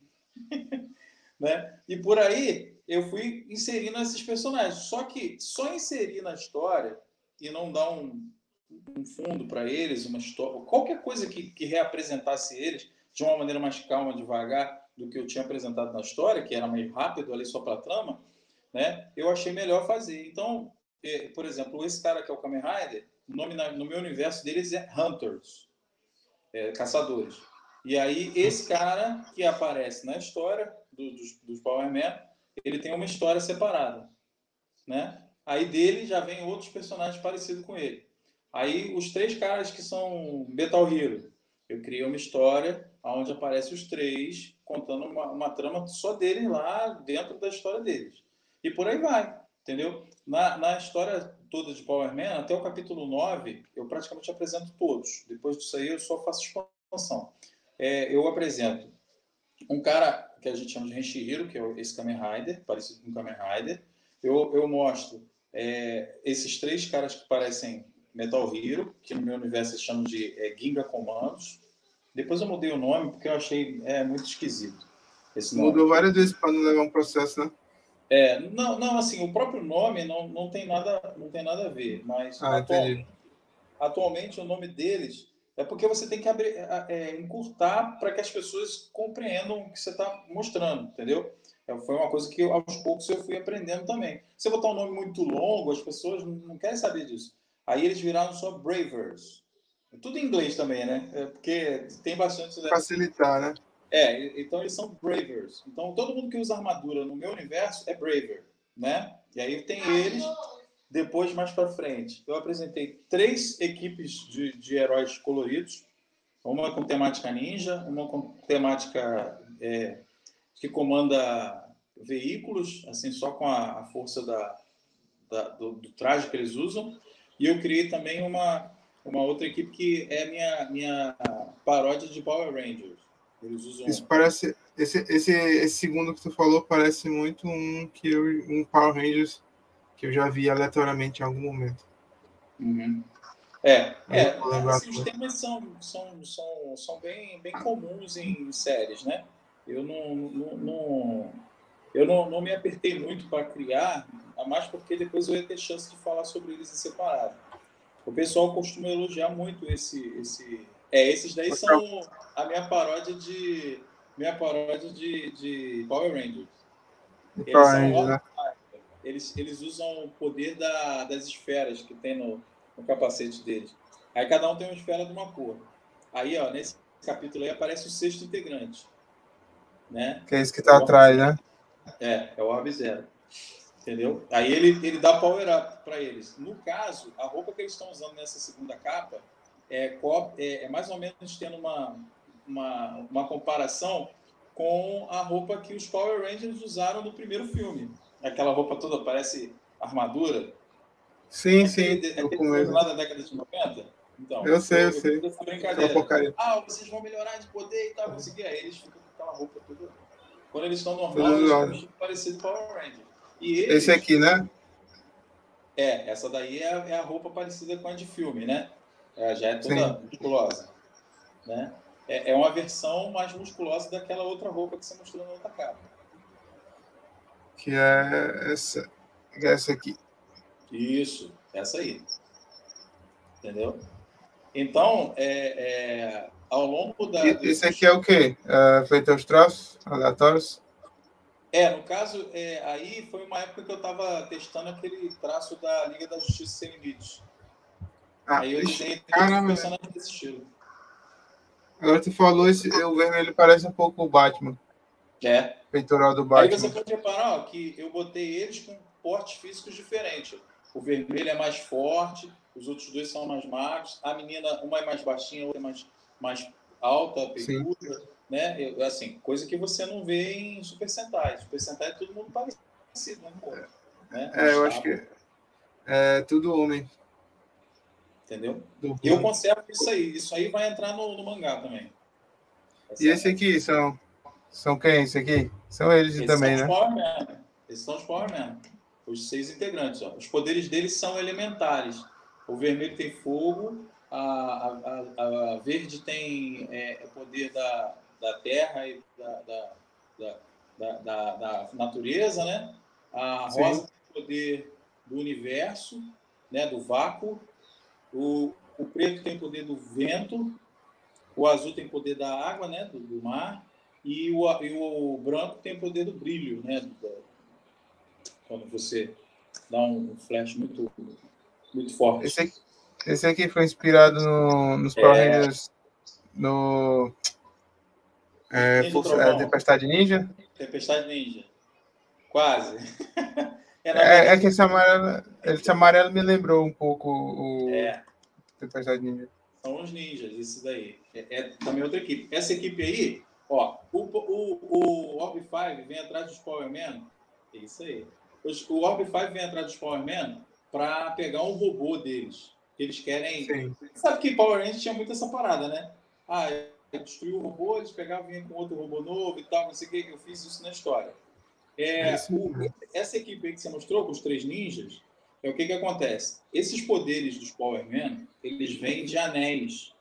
Speaker 2: Né? E por aí, eu fui inserindo esses personagens. Só que só inserir na história e não dar um, um fundo para eles, uma história, qualquer coisa que, que reapresentasse eles de uma maneira mais calma, devagar, do que eu tinha apresentado na história, que era mais rápido ali só para a trama, né? Eu achei melhor fazer. Então, é, por exemplo, esse cara que é o Kamen Rider, o nome na, no meu universo deles é Hunters, é, caçadores. E aí, esse cara que aparece na história do, dos, dos Power Man, ele tem uma história separada, né? Aí dele já vem outros personagens parecidos com ele. Aí os três caras que são Metal Hero, Eu criei uma história onde aparecem os três, contando uma, uma trama só deles lá dentro da história deles. E por aí vai, entendeu? Na, na história toda de Power Man, até o capítulo nove, eu praticamente apresento todos. Depois disso aí, eu só faço expansão. É, eu apresento um cara que a gente chama de Renshihiro, que é esse Kamen Rider, parecido com o Kamen Rider. Eu, eu mostro é, esses três caras que parecem Metal Hero, que no meu universo se chamam de é, Ginga Comandos. Depois eu mudei o nome porque eu achei é, muito esquisito esse nome.
Speaker 1: Mudou várias vezes para não levar um processo, né?
Speaker 2: É, não, não, assim, o próprio nome não, não, tem, nada, não tem nada a ver, mas
Speaker 1: Ah,
Speaker 2: atualmente, atualmente o nome deles é porque você tem que abrir, é, encurtar para que as pessoas compreendam o que você está mostrando, entendeu? É, foi uma coisa que aos poucos eu fui aprendendo também. Se você botar um nome muito longo, as pessoas não querem saber disso. Aí eles viraram só Bravers. Tudo em inglês também, né? É porque tem bastante...
Speaker 1: Facilitar, né?
Speaker 2: É, então eles são Bravers. Então todo mundo que usa armadura no meu universo é Braver, né? E aí tem eles. Depois, mais para frente, eu apresentei três equipes de, de heróis coloridos. Uma com temática ninja, uma com temática é, que comanda veículos, assim, só com a, a força da, da, do, do traje que eles usam. E eu criei também uma, uma outra equipe que é minha, minha paródia de Power Rangers. Eles usam...
Speaker 1: Isso parece... Esse, esse, esse segundo que tu falou parece muito um, que eu, um Power Rangers que eu já vi aleatoriamente em algum momento.
Speaker 2: Uhum. É, é assim, os
Speaker 1: tudo.
Speaker 2: temas são, são, são, são bem, bem comuns em séries, né? Eu não, não, não, eu não, não me apertei muito para criar, a mais porque depois eu ia ter chance de falar sobre eles em separado. O pessoal costuma elogiar muito esse... esse... É, esses daí são a minha paródia de, minha paródia de, de Power Rangers. Eles
Speaker 1: Power
Speaker 2: são
Speaker 1: Rangers, né?
Speaker 2: Eles, eles usam o poder da, das esferas que tem no, no capacete deles. Aí cada um tem uma esfera de uma cor. Aí, ó, nesse capítulo aí aparece o sexto integrante. Né?
Speaker 1: Que é isso que tá atrás, né?
Speaker 2: É, é o Orb Zero. Entendeu? Aí ele, ele dá power up para eles. No caso, a roupa que eles estão usando nessa segunda capa é, é, é mais ou menos tendo uma, uma, uma comparação com a roupa que os Power Rangers usaram no primeiro filme. Aquela roupa toda parece armadura.
Speaker 1: Sim,
Speaker 2: aquele,
Speaker 1: sim.
Speaker 2: Aquele filme lá da década de noventa. Então,
Speaker 1: eu sei, eu,
Speaker 2: eu,
Speaker 1: sei.
Speaker 2: Eu fiz essa brincadeira.
Speaker 1: Porcaria.
Speaker 2: Ah, vocês vão melhorar de poder e tal, conseguir. Aí eles ficam com aquela roupa toda. Quando eles estão normal, eles estão vestidos parecido com o Power Ranger. E eles...
Speaker 1: Esse aqui, né?
Speaker 2: É, essa daí é, é a roupa parecida com a de filme, né? É, já é toda Sim. musculosa. Né? É, é uma versão mais musculosa daquela outra roupa que você mostrou na outra capa.
Speaker 1: Que é essa, que é essa aqui.
Speaker 2: Isso, essa aí. Entendeu? Então, é, é, ao longo da...
Speaker 1: E, esse aqui é o quê? É, feito aos traços aleatórios?
Speaker 2: É, no caso, é, aí foi uma época que eu estava testando aquele traço da Liga da Justiça Sem Limites.
Speaker 1: Ah,
Speaker 2: aí eu
Speaker 1: ixi,
Speaker 2: desenhei
Speaker 1: caramba,
Speaker 2: um personagem desse estilo.
Speaker 1: Agora tu falou, esse, o vermelho parece um pouco o Batman.
Speaker 2: É.
Speaker 1: Peitoral do Batman.
Speaker 2: Aí você pode reparar ó, que eu botei eles com portes físicos diferentes. O vermelho é mais forte, os outros dois são mais magros. A menina, uma é mais baixinha, a outra é mais, mais alta, peituda. Né? Eu, assim, coisa que você não vê em Super Sentai. Super Sentai é todo mundo parecido, né? Pô, né?
Speaker 1: É, eu acho que é tudo homem.
Speaker 2: Entendeu? E eu conservo isso aí. Isso aí vai entrar no, no mangá também.
Speaker 1: Essa e esse aqui são, são quem? Esse aqui? São eles
Speaker 2: Esses
Speaker 1: também,
Speaker 2: são
Speaker 1: né?
Speaker 2: Os Power Man. Esses são os Power Man. Os seis integrantes. Ó. Os poderes deles são elementares. O vermelho tem fogo, a, a, a verde tem é, o poder da, da terra e da, da, da, da, da, da natureza, né? A rosa Sim. tem o poder do universo, né? Do vácuo. O, o preto tem o poder do vento. O azul tem o poder da água, né? Do, do mar. E o, e o branco tem o poder do brilho, né? Do, quando você dá um flash muito, muito forte.
Speaker 1: Esse aqui, esse aqui foi inspirado no, nos Power é... Rangers no é, Força, é, Tempestade Ninja?
Speaker 2: Tempestade Ninja. Quase.
Speaker 1: é, verdade, é, é que esse amarelo, esse amarelo me lembrou um pouco o
Speaker 2: é.
Speaker 1: Tempestade Ninja.
Speaker 2: São os ninjas, isso daí. É, é também outra equipe. Essa equipe aí, ó, o, o, o Orb cinco vem atrás dos Power Man. É isso aí. Os, o Orb cinco vem atrás dos Power Man para pegar um robô deles. Eles querem...
Speaker 1: Sim.
Speaker 2: Sabe que Power Rangers tinha muito essa parada, né? Ah, destruiu o robô, eles pegavam e vinham com outro robô novo e tal, não sei o que, eu fiz isso na história. É,
Speaker 1: É isso
Speaker 2: o,
Speaker 1: mesmo.
Speaker 2: essa equipe aí que você mostrou, com os três ninjas, é o que que acontece? Esses poderes dos Power Man, eles vêm de anéis,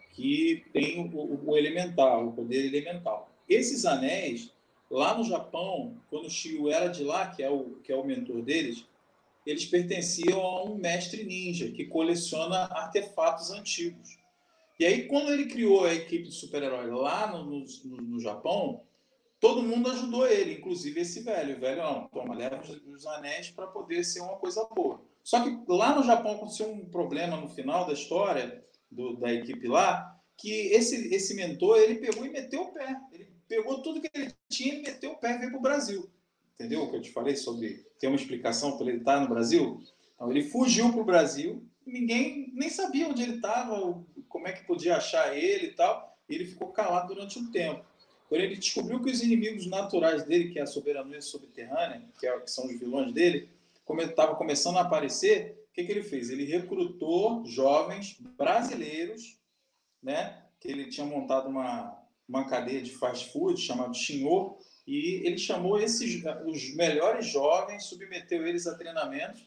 Speaker 2: que tem o, o, o elemental, o poder elemental. Esses anéis, lá no Japão, quando o Shiryu era de lá, que é o, que é o mentor deles, eles pertenciam a um mestre ninja, que coleciona artefatos antigos. E aí, quando ele criou a equipe de super-heróis lá no, no, no Japão, todo mundo ajudou ele, inclusive esse velho. O velho, não, toma, leva os, os anéis para poder ser uma coisa boa. Só que lá no Japão aconteceu um problema no final da história do, da equipe lá, que esse, esse mentor, ele pegou e meteu o pé. Ele pegou tudo que ele tinha e meteu o pé e veio para o Brasil. Entendeu o que eu te falei sobre ter uma explicação para ele estar no Brasil? Então, ele fugiu para o Brasil, ninguém nem sabia onde ele estava, como é que podia achar ele e tal, e ele ficou calado durante um tempo. Quando ele descobriu que os inimigos naturais dele, que é a soberania subterrânea, que, é, que são os vilões dele, como ele estava começando a aparecer, o que, que ele fez? Ele recrutou jovens brasileiros, né, que ele tinha montado uma, uma cadeia de fast food chamada Xinhô, e ele chamou esses, os melhores jovens, submeteu eles a treinamentos,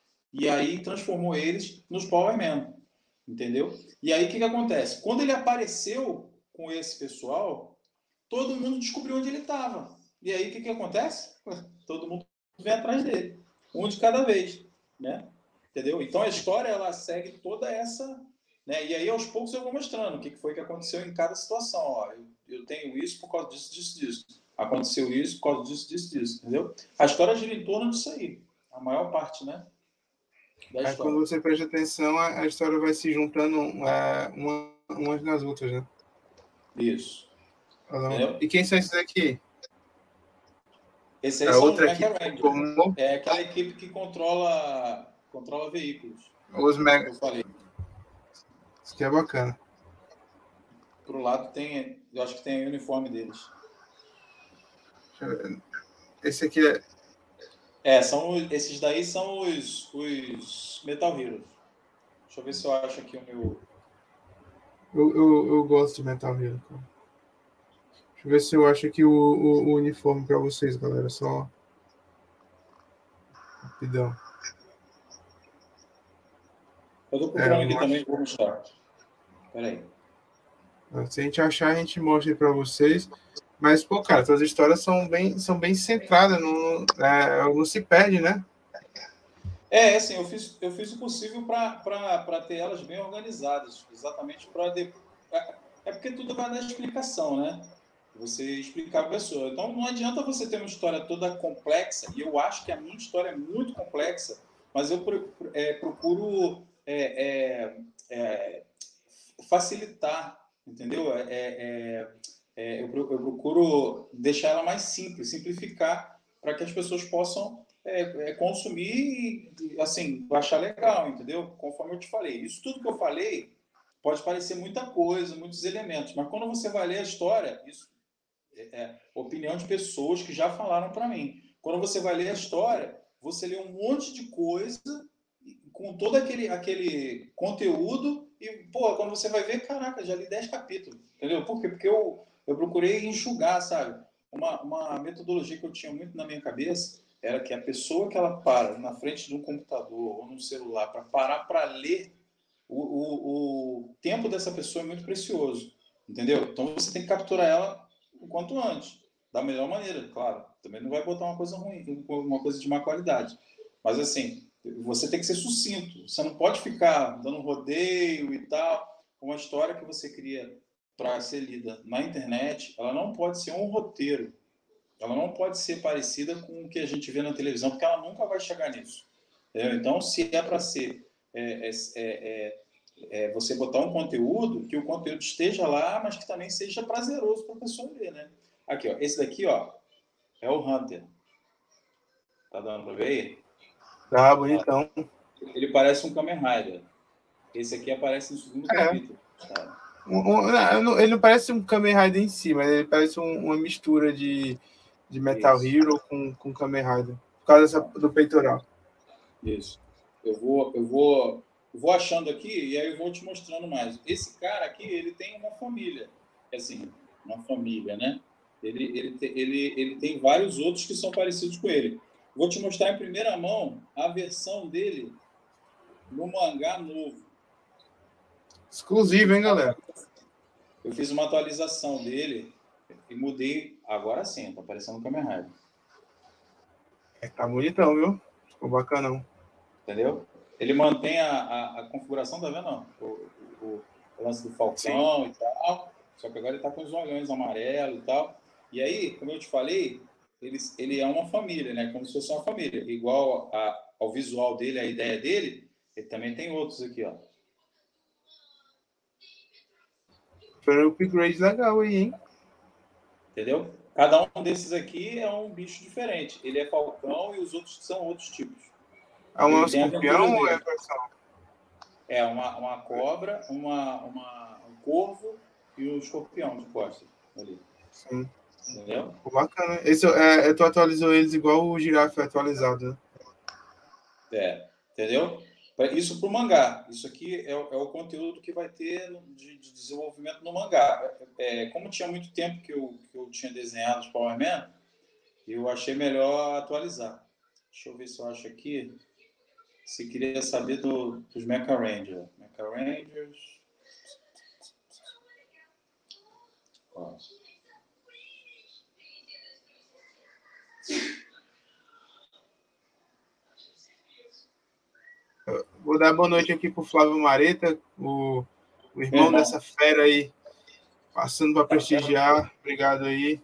Speaker 2: e aí transformou eles nos Power Man, entendeu? E aí o que, que acontece? Quando ele apareceu com esse pessoal, todo mundo descobriu onde ele estava. E aí o que, que acontece? Todo mundo vem atrás dele, um de cada vez, né? Entendeu? Então a história ela segue toda essa, né? E aí aos poucos eu vou mostrando o que foi que aconteceu em cada situação. Ó, eu, eu tenho isso por causa disso, disso, disso. Aconteceu isso por causa disso, disso, disso. Entendeu? A história gira em torno disso aí. A maior parte, né? Da
Speaker 1: Aí quando
Speaker 2: história.
Speaker 1: você presta atenção, a, a história vai se juntando é, uma, umas nas outras, né?
Speaker 2: Isso.
Speaker 1: Falando.
Speaker 2: Entendeu?
Speaker 1: E quem são esses aqui?
Speaker 2: Esses aí
Speaker 1: A
Speaker 2: são os
Speaker 1: outra
Speaker 2: Mecha
Speaker 1: equipe
Speaker 2: Rangers.
Speaker 1: formou
Speaker 2: É aquela equipe que controla, controla veículos.
Speaker 1: os
Speaker 2: Que
Speaker 1: mega.
Speaker 2: eu falei.
Speaker 1: Isso aqui é bacana.
Speaker 2: Pro lado tem, eu acho que tem o uniforme deles.
Speaker 1: Esse aqui é.
Speaker 2: É, são, esses daí são os, os Metal Heroes. Deixa eu ver se eu acho aqui o meu.
Speaker 1: Eu, eu, eu gosto de Metal Hero. Cara. Deixa eu ver se eu acho aqui o, o, o uniforme para vocês, galera. Só. Rapidão.
Speaker 2: Eu tô
Speaker 1: É,
Speaker 2: procurando
Speaker 1: eu
Speaker 2: aqui
Speaker 1: não
Speaker 2: também,
Speaker 1: acho.
Speaker 2: vou mostrar. Peraí.
Speaker 1: Se a gente achar, a gente mostra aí para vocês. Mas, pô, cara, suas histórias são bem, são bem centradas, não, é, não se perde, né?
Speaker 2: É, assim, eu fiz, eu fiz o possível para ter elas bem organizadas, exatamente para. De... É porque tudo vai dar explicação, né? Você explicar a pessoa. Então, não adianta você ter uma história toda complexa, e eu acho que a minha história é muito complexa, mas eu é, procuro é, é, é, facilitar, entendeu? É, é, é, eu, eu procuro deixar ela mais simples, simplificar, para que as pessoas possam é, é, consumir e, assim, achar legal, entendeu? Conforme eu te falei. Isso tudo que eu falei pode parecer muita coisa, muitos elementos, mas quando você vai ler a história, isso é, é opinião de pessoas que já falaram para mim. Quando você vai ler a história, você lê um monte de coisa com todo aquele, aquele conteúdo e, pô, quando você vai ver, caraca, já li dez capítulos, entendeu? Por quê? Porque eu, eu procurei enxugar, sabe? Uma, uma metodologia que eu tinha muito na minha cabeça era que a pessoa que ela para na frente de um computador ou num celular para parar para ler, o, o, o tempo dessa pessoa é muito precioso, entendeu? Então você tem que capturar ela o quanto antes, da melhor maneira, claro. Também não vai botar uma coisa ruim, uma coisa de má qualidade. Mas assim, você tem que ser sucinto. Você não pode ficar dando rodeio e tal. Uma história que você cria para ser lida na internet, ela não pode ser um roteiro. Ela não pode ser parecida com o que a gente vê na televisão, porque ela nunca vai chegar nisso. Entendeu? Então, se é para ser é, é, é, é, você botar um conteúdo, que o conteúdo esteja lá, mas que também seja prazeroso para a pessoa ler, né? Aqui, ó, esse daqui, ó, é o Hunter. Tá dando para ver aí?
Speaker 1: Tá bonitão.
Speaker 2: Ele parece um Kamen Rider. Esse aqui aparece no segundo
Speaker 1: É.
Speaker 2: capítulo. Tá?
Speaker 1: Um, um, não, ele não parece um Kamen Rider em si, mas ele parece um, uma mistura de, de Metal
Speaker 2: Isso.
Speaker 1: Hero com, com Kamen Rider. Por causa dessa, do peitoral.
Speaker 2: Isso. Eu vou, eu vou, eu vou achando aqui e aí eu vou te mostrando mais. Esse cara aqui, ele tem uma família. Assim, uma família, né? Ele, ele, ele, ele tem vários outros que são parecidos com ele. Vou te mostrar em primeira mão a versão dele no mangá novo.
Speaker 1: Exclusivo, hein, galera?
Speaker 2: Eu fiz uma atualização dele e mudei. Agora sim, tá parecendo um Kamen Rider.
Speaker 1: É, tá bonitão, viu? Ficou bacanão.
Speaker 2: Entendeu? Ele mantém a, a, a configuração, tá vendo? O, o, o lance do falcão Sim. e tal. Só que agora ele tá com os olhões amarelos e tal. E aí, como eu te falei, ele, ele é uma família, né? Como se fosse uma família. Igual a, ao visual dele, a ideia dele, ele também tem outros aqui, ó.
Speaker 1: Foi um upgrade legal aí, hein?
Speaker 2: Entendeu? Cada um desses aqui é um bicho diferente. Ele é falcão e os outros são outros tipos.
Speaker 1: É um escorpião ou é versão?
Speaker 2: É uma, uma cobra, uma, uma, um corvo e um escorpião de costa ali.
Speaker 1: Sim.
Speaker 2: Entendeu?
Speaker 1: Ficou bacana. Esse, é, tu atualizou eles igual o girafa é atualizado, né?
Speaker 2: É, entendeu? Isso para o mangá. Isso aqui é, é o conteúdo que vai ter de, de desenvolvimento no mangá. É, como tinha muito tempo que eu, que eu tinha desenhado os Power Man, eu achei melhor atualizar. Deixa eu ver se eu acho aqui. Você queria saber do, dos Mecha Rangers. Mecha Rangers. Ó.
Speaker 1: Vou dar boa noite aqui pro Flávio Mareta, o, o irmão, irmão dessa fera aí, passando para prestigiar. Obrigado aí.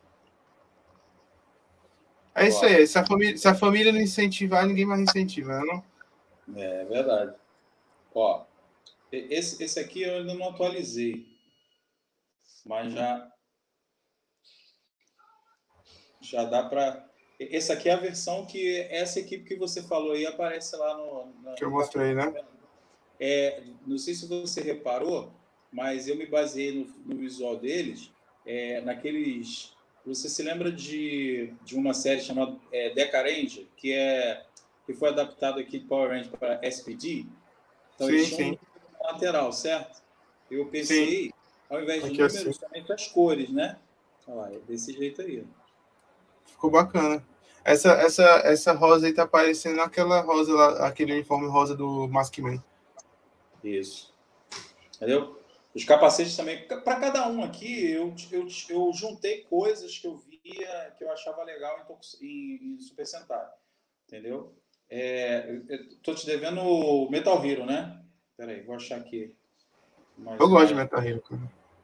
Speaker 1: É isso aí. Se a família, se a família não incentivar, ninguém mais incentiva, não?
Speaker 2: É verdade. Ó, esse, esse aqui eu ainda não atualizei, mas já já dá para. Essa aqui é a versão que essa equipe que você falou aí aparece lá no. Na,
Speaker 1: que eu mostrei, né?
Speaker 2: É, não sei se você reparou, mas eu me baseei no, no visual deles, é, naqueles. Você se lembra de, de uma série chamada é, Deca Ranger, que é que foi adaptado aqui de Power Ranger para S P D? Então
Speaker 1: sim,
Speaker 2: eles tinham
Speaker 1: sim.
Speaker 2: um lateral, certo? Eu pensei, sim. Ao invés de
Speaker 1: aqui
Speaker 2: números,
Speaker 1: assim.
Speaker 2: somente as cores, né? Olha lá, é desse jeito aí.
Speaker 1: Ficou bacana. Essa, essa, essa rosa aí tá parecendo aquela rosa lá, aquele uniforme rosa do Maskman.
Speaker 2: Isso. Entendeu? Os capacetes também. Para cada um aqui, eu, eu, eu juntei coisas que eu via que eu achava legal em, em, em Super Sentai. Entendeu? É, eu tô te devendo o Metal Hero, né? Peraí, vou achar aqui.
Speaker 1: Eu gosto de Metal Hero, cara.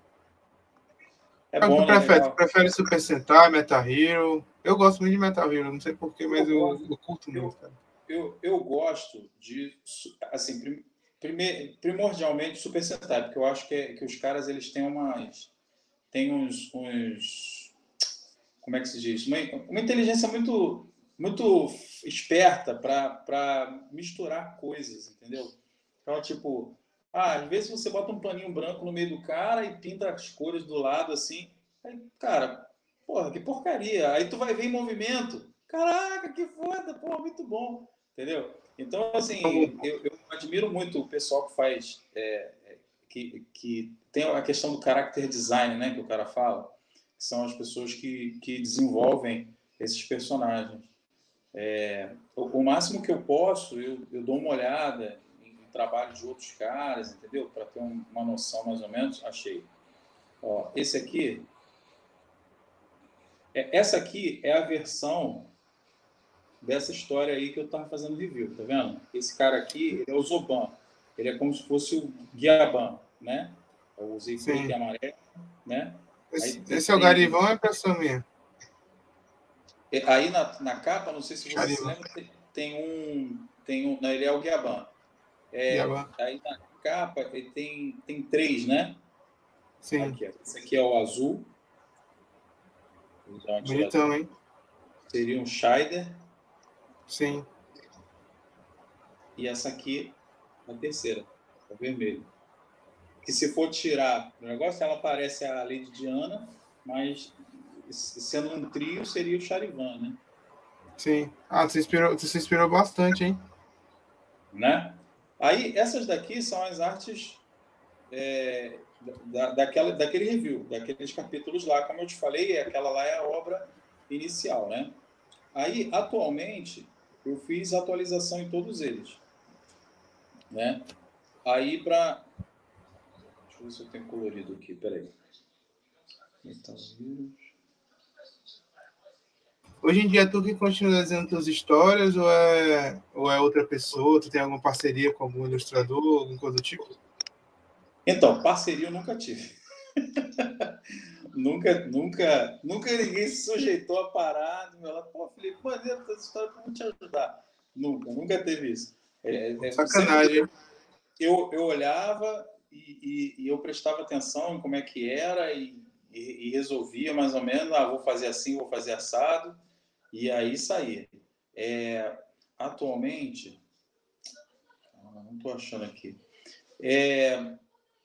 Speaker 2: É
Speaker 1: Qual
Speaker 2: bom,
Speaker 1: que tu
Speaker 2: né?
Speaker 1: prefere?
Speaker 2: Legal.
Speaker 1: Tu prefere Super Sentai, Metal Hero? Eu gosto muito de Metal Hero, não sei porquê, mas eu, eu, eu curto
Speaker 2: eu,
Speaker 1: muito, cara.
Speaker 2: Eu, eu gosto de, assim, prime, primordialmente Super Sentai, porque eu acho que, é, que os caras eles têm umas, têm uns, uns, como é que se diz? Uma, uma inteligência muito, muito esperta para misturar coisas, entendeu? Então, tipo, ah, às vezes você bota um paninho branco no meio do cara e pinta as cores do lado assim, aí, cara, porra, que porcaria. Aí tu vai ver em movimento, caraca, que foda, porra, muito bom, entendeu? Então, assim, eu, eu admiro muito o pessoal que faz, é, que, que tem a questão do character design, né, que o cara fala, que são as pessoas que, que desenvolvem esses personagens. É, o, o máximo que eu posso, eu, eu dou uma olhada em, em trabalho de outros caras, entendeu? Para ter um, uma noção mais ou menos, achei. Ó, esse aqui, é, essa aqui é a versão dessa história aí que eu estava fazendo review, tá vendo? Esse cara aqui, ele é o Zoban. Ele é como se fosse o Guiaban, né? Eu usei preto e amarelo, né?
Speaker 1: Esse,
Speaker 2: Aí,
Speaker 1: esse é o Garivão, é impressão minha.
Speaker 2: Aí na, na capa, não sei se você
Speaker 1: Garivão.
Speaker 2: se lembra, tem, tem um, tem um, não, ele é o Guiaban. É, aí na capa ele tem, tem três, né?
Speaker 1: Sim.
Speaker 2: Aqui, esse aqui é o azul.
Speaker 1: Bonitão, hein?
Speaker 2: Seria um Scheider.
Speaker 1: Sim.
Speaker 2: E essa aqui, a terceira. o vermelho. Que se for tirar o negócio, ela parece a Lady Diana, mas sendo um trio, seria o Charivan, né?
Speaker 1: Sim. Ah, você inspirou, você se inspirou bastante, hein?
Speaker 2: Né? Aí, essas daqui são as artes é, da, daquela, daquele review, daqueles capítulos lá. Como eu te falei, aquela lá é a obra inicial, né? Aí, atualmente, eu fiz atualização em todos eles, né? Aí, para... Deixa eu ver se eu tenho colorido aqui, peraí. Metal Heroes...
Speaker 1: Hoje em dia, tu que continua desenhando tuas histórias ou é, ou é outra pessoa? Tu tem alguma parceria com algum ilustrador, alguma coisa do tipo?
Speaker 2: Então, parceria eu nunca tive. nunca, nunca, nunca ninguém se sujeitou a parar do meu lado. Pô, Felipe, maneiro essa história, vamos te ajudar. Nunca, nunca teve isso. É, é,
Speaker 1: Sacanagem.
Speaker 2: Eu, eu olhava e, e, e eu prestava atenção em como é que era e, e, e resolvia mais ou menos, ah, vou fazer assim, vou fazer assado, e aí saía. É, atualmente, não estou achando aqui. É,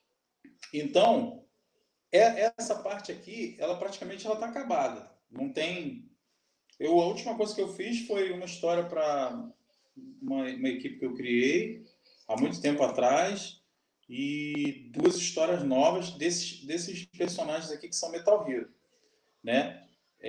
Speaker 2: então, é, essa parte aqui, ela praticamente ela está acabada. Não tem. Eu, a última coisa que eu fiz foi uma história para uma, uma equipe que eu criei há muito tempo atrás e duas histórias novas desses, desses personagens aqui que são Metal Hero, né?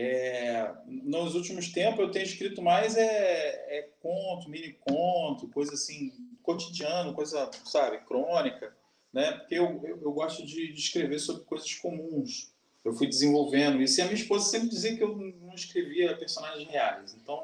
Speaker 2: É, nos últimos tempos eu tenho escrito mais é, é conto, mini conto, coisa assim, cotidiano, coisa, sabe, crônica, né? Porque eu, eu, eu gosto de, de escrever sobre coisas comuns. Eu fui desenvolvendo isso e a minha esposa sempre dizia que eu não escrevia personagens reais. Então,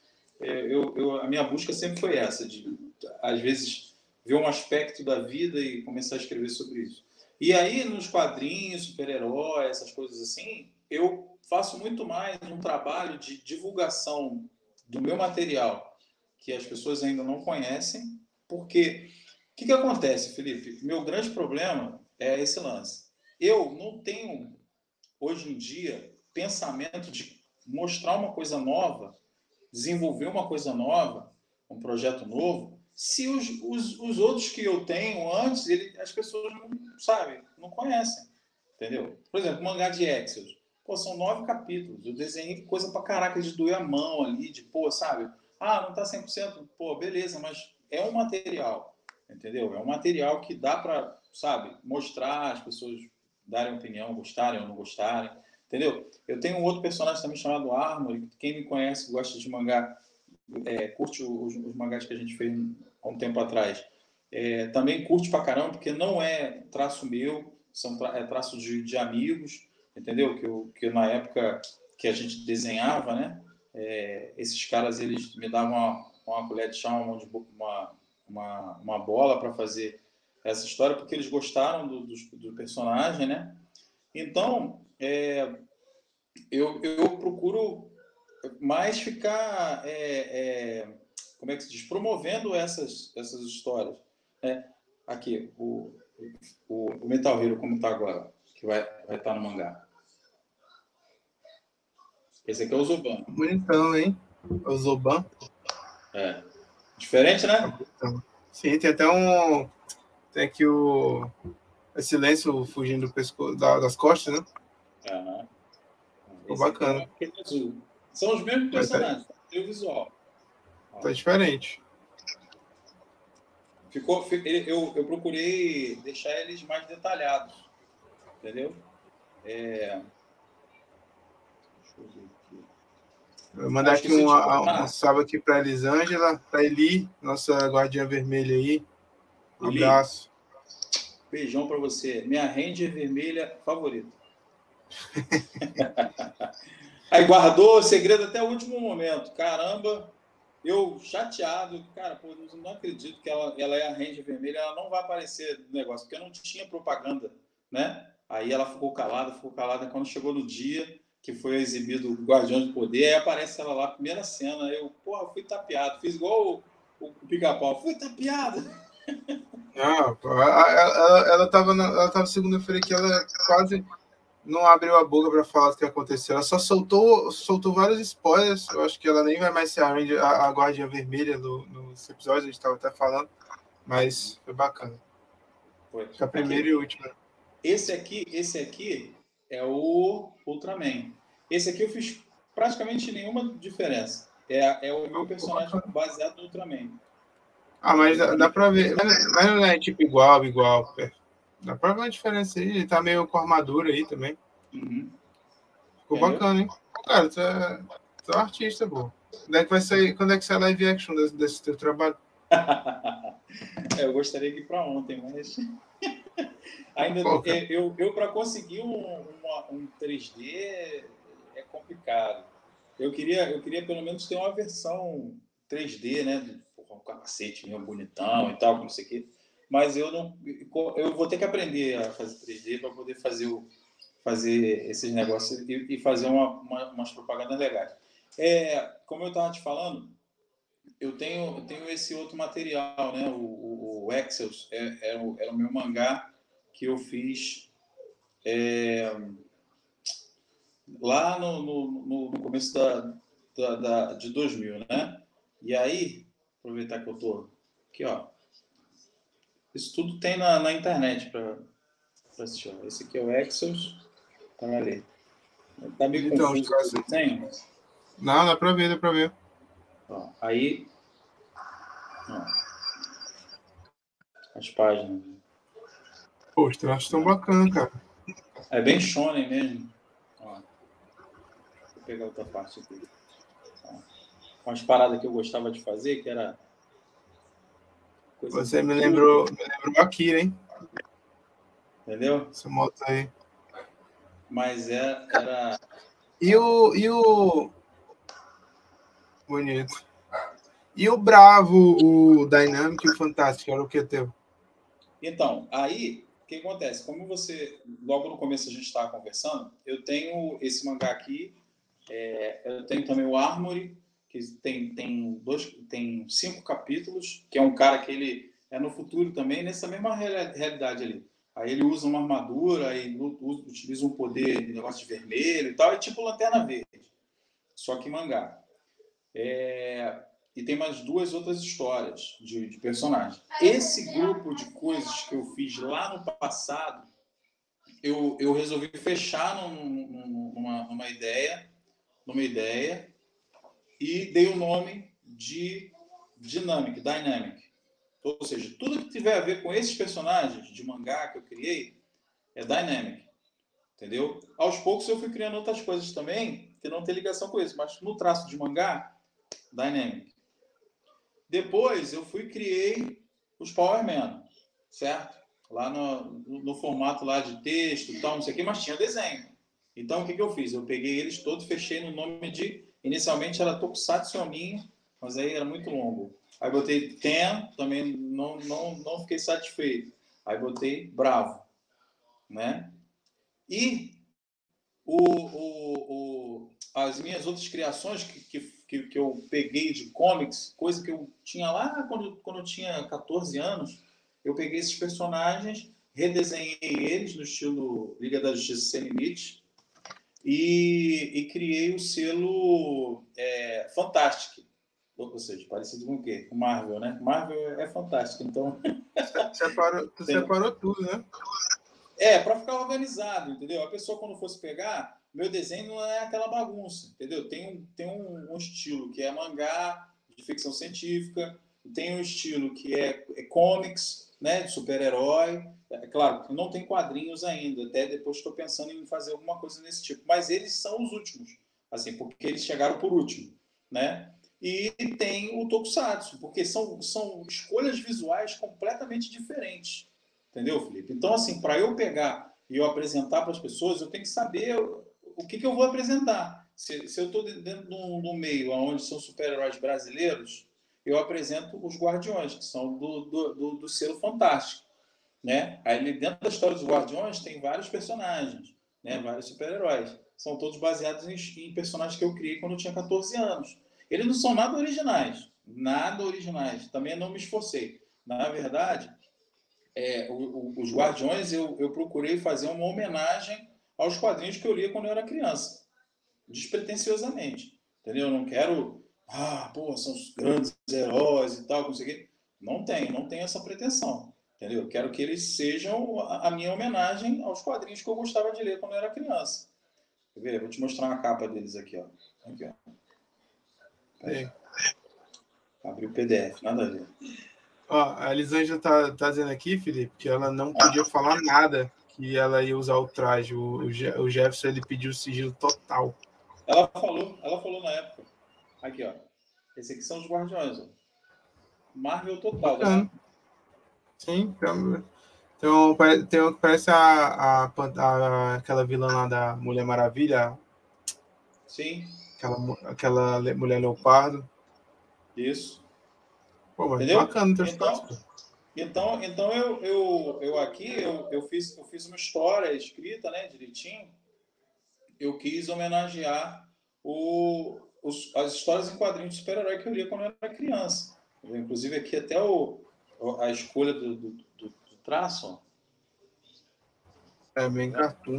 Speaker 2: eu, eu, a minha busca sempre foi essa, de, às vezes, ver um aspecto da vida e começar a escrever sobre isso. E aí, nos quadrinhos, super-heróis, essas coisas assim, eu faço muito mais um trabalho de divulgação do meu material, que as pessoas ainda não conhecem, porque o que, que acontece, Felipe? Meu grande problema é esse lance. Eu não tenho, hoje em dia, pensamento de mostrar uma coisa nova, desenvolver uma coisa nova, um projeto novo, se os, os, os outros que eu tenho antes, ele, as pessoas não sabem, não conhecem, entendeu? Por exemplo, o mangá de Exos, pô, são nove capítulos, eu desenhei coisa pra caraca de doer a mão ali, de pô, sabe? Ah, não tá cem por cento, pô, beleza, mas é um material, entendeu? É um material que dá pra, sabe, mostrar, as pessoas darem opinião, gostarem ou não gostarem, entendeu? Eu tenho um outro personagem também chamado Armory, quem me conhece, gosta de mangá, é, curte os, os mangás que a gente fez há um tempo atrás. É, também curte pra caramba, porque não é traço meu, são tra é traço de, de amigos, entendeu? Que, eu, que na época que a gente desenhava, né? É, esses caras, eles me davam uma, uma colher de chá, uma, uma, uma, uma bola para fazer essa história, porque eles gostaram do, do, do personagem, né? Então, é, eu, eu procuro mais ficar, é, é, como é que se diz, promovendo essas, essas histórias. Né? Aqui, o, o, o Metal Hero, como está agora, que vai estar vai tá no mangá. Esse aqui é o Zoban.
Speaker 1: Bonitão, hein? O Zoban.
Speaker 2: É. Diferente, né?
Speaker 1: Bonitão. Sim, tem até um... Tem aqui o... É silêncio fugindo do pescoço, das costas, né?
Speaker 2: Uhum.
Speaker 1: Ficou bacana.
Speaker 2: É azul. São os mesmos personagens, tem o visual.
Speaker 1: Tá diferente.
Speaker 2: Ficou, eu, eu procurei deixar eles mais detalhados, entendeu? É... Deixa eu ver aqui.
Speaker 1: Vou mandar aqui um, um, um salve aqui para Elisângela, para Eli, nossa guardiã vermelha aí. Um
Speaker 2: Eli,
Speaker 1: abraço.
Speaker 2: Beijão para você. Minha Ranger vermelha favorita. Aí guardou o segredo até o último momento. Caramba, eu chateado. Cara, pô, eu não acredito que ela, ela é a Ranger vermelha. Ela não vai aparecer no negócio, porque não tinha propaganda, né? Aí ela ficou calada, ficou calada. Quando chegou no dia que foi exibido o Guardião do Poder, aí aparece ela lá, primeira cena. Eu, porra, fui tapeado. Fiz igual o, o Pica-Pau. Fui tapeado.
Speaker 1: Ah, ela, ela tava na, ela tava segunda-feira que ela quase não abriu a boca para falar do que aconteceu. Ela só soltou, soltou vários spoilers. Eu acho que ela nem vai mais ser a, Ranger, a, a guardiã vermelha no, nos episódios, a gente estava até falando, mas foi bacana.
Speaker 2: Foi.
Speaker 1: A primeira aqui. E última.
Speaker 2: Esse aqui, esse aqui é o Ultraman. Esse aqui eu fiz praticamente nenhuma diferença. É, é o meu personagem baseado no Ultraman.
Speaker 1: Ah, mas dá, dá pra ver. Mas não é tipo igual, igual. Dá pra ver uma diferença aí. Ele tá meio com armadura aí também.
Speaker 2: Uhum.
Speaker 1: Ficou Entendeu? Bacana, hein? Cara, tu é, tu é um artista, pô. Quando é que vai sair, quando é que sai live action desse, desse teu trabalho?
Speaker 2: Eu gostaria de ir pra ontem, mas... Ainda pô, eu, eu, eu para conseguir um, uma, um três D é complicado. Eu queria, eu queria pelo menos ter uma versão três D, né? Com um capacete meio bonitão e tal, não sei o quê. Mas eu não, eu vou ter que aprender a fazer três D para poder fazer, o, fazer esses negócios e, e fazer uma, uma, umas propagandas legais. É, como eu estava te falando, eu tenho, eu tenho esse outro material, né? O, o, o Exels é, é, o, é o meu mangá que eu fiz é, lá no, no, no começo da, da, da, de dois mil, né? E aí, aproveitar que eu tô aqui, ó. Isso tudo tem na, na internet para assistir. Ó. Esse aqui é o Exels, tá ali. Tá meio
Speaker 1: então,
Speaker 2: confuso o desenho?
Speaker 1: Não, dá para ver, dá para ver.
Speaker 2: Ó, aí, ó, as páginas.
Speaker 1: Pô, os traços estão bacanas, cara.
Speaker 2: É bem shonen mesmo. Ó. Vou pegar outra parte aqui. Ó. Umas paradas que eu gostava de fazer, que era...
Speaker 1: Você me lembrou, me lembrou Akira, hein?
Speaker 2: Entendeu?
Speaker 1: Essa moto aí.
Speaker 2: Mas é, era...
Speaker 1: E o... E o... Bonito. E o Bravo, o Dynamic e o Fantástico, era o que teu?
Speaker 2: Então, aí, o que acontece? Como você, logo no começo a gente estava conversando, eu tenho esse mangá aqui, é, eu tenho também o Armory, que tem, tem, dois, tem cinco capítulos, que é um cara que ele é no futuro também, nessa mesma realidade ali. Aí ele usa uma armadura, aí utiliza um poder, um negócio de vermelho e tal, é tipo Lanterna Verde, só que mangá. É... E tem mais duas outras histórias de, de personagens. Esse grupo de coisas que eu fiz lá no passado, eu, eu resolvi fechar num, num, numa, numa ideia, numa ideia, e dei o nome de Dynamic, Dynamic. Ou seja, tudo que tiver a ver com esses personagens de mangá que eu criei é Dynamic. Entendeu? Aos poucos eu fui criando outras coisas também que não tem ligação com isso, mas no traço de mangá, Dynamic. Depois eu fui e criei os Powerman, certo? Lá no, no, no formato lá de texto e tal, não sei o que, mas tinha desenho. Então o que, que eu fiz? Eu peguei eles todos, fechei no nome de... Inicialmente era Tokusatsu Yomin, mas aí era muito longo. Aí botei Ten, também não, não, não fiquei satisfeito. Aí botei Bravo, né? E o, o, o, as minhas outras criações que, que Que, que eu peguei de comics, coisa que eu tinha lá quando, quando eu tinha catorze anos, eu peguei esses personagens, redesenhei eles no estilo Liga da Justiça Sem Limites e, e criei o selo é, Fantastic. Ou seja, parecido com o quê? Com Marvel, né? Marvel é fantástico, então...
Speaker 1: Separou, tu separou tudo, né?
Speaker 2: É, para ficar organizado, entendeu? A pessoa, quando fosse pegar, meu desenho não é aquela bagunça, entendeu? Tem um, tem um, um estilo que é mangá, de ficção científica, tem um estilo que é, é comics, né, de super-herói. É claro, não tem quadrinhos ainda, até depois estou pensando em fazer alguma coisa nesse tipo. Mas eles são os últimos, assim, porque eles chegaram por último, né? E tem o Tokusatsu, porque são, são escolhas visuais completamente diferentes. Entendeu, Felipe? Então, assim, para eu pegar e eu apresentar para as pessoas, eu tenho que saber o que, que eu vou apresentar. Se, se eu estou dentro de um, de um meio onde são super-heróis brasileiros, eu apresento os Guardiões, que são do, do, do, do selo Fantástico. Né? Aí, dentro da história dos Guardiões, tem vários personagens, né? Vários super-heróis. São todos baseados em, em personagens que eu criei quando eu tinha catorze anos. Eles não são nada originais. Nada originais. Também não me esforcei. Na verdade... É, o, o, os Guardiões, eu, eu procurei fazer uma homenagem aos quadrinhos que eu lia quando eu era criança, despretensiosamente, entendeu? Eu não quero, ah, pô, são os grandes heróis e tal, não sei o quê. Não tenho, não tenho essa pretensão. Entendeu? Eu quero que eles sejam a minha homenagem aos quadrinhos que eu gostava de ler quando eu era criança. Quer ver? Eu vou te mostrar uma capa deles aqui, ó. Aqui, ó.
Speaker 1: É.
Speaker 2: Abri o P D F, nada a ver.
Speaker 1: Ó, a Elisângela tá, tá dizendo aqui, Felipe, que ela não podia ah. falar nada, que ela ia usar o traje. O, o Jefferson, ele pediu sigilo total.
Speaker 2: Ela falou, ela falou na época. Aqui, ó. Esse aqui são os Guardiões, ó. Marvel total, né?
Speaker 1: Sim, então, então tem, parece a, a, a, aquela vilã lá da Mulher Maravilha.
Speaker 2: Sim.
Speaker 1: Aquela, aquela Mulher Leopardo.
Speaker 2: Isso.
Speaker 1: Pô, mas entendeu? Bacana,
Speaker 2: então, então, então eu, eu, eu aqui eu, eu, fiz, eu fiz uma história escrita, né, direitinho. Eu quis homenagear o, os, as histórias em quadrinhos de super-herói que eu lia quando eu era criança. Inclusive aqui até o, a escolha do, do, do, do traço.
Speaker 1: É bem cartoon.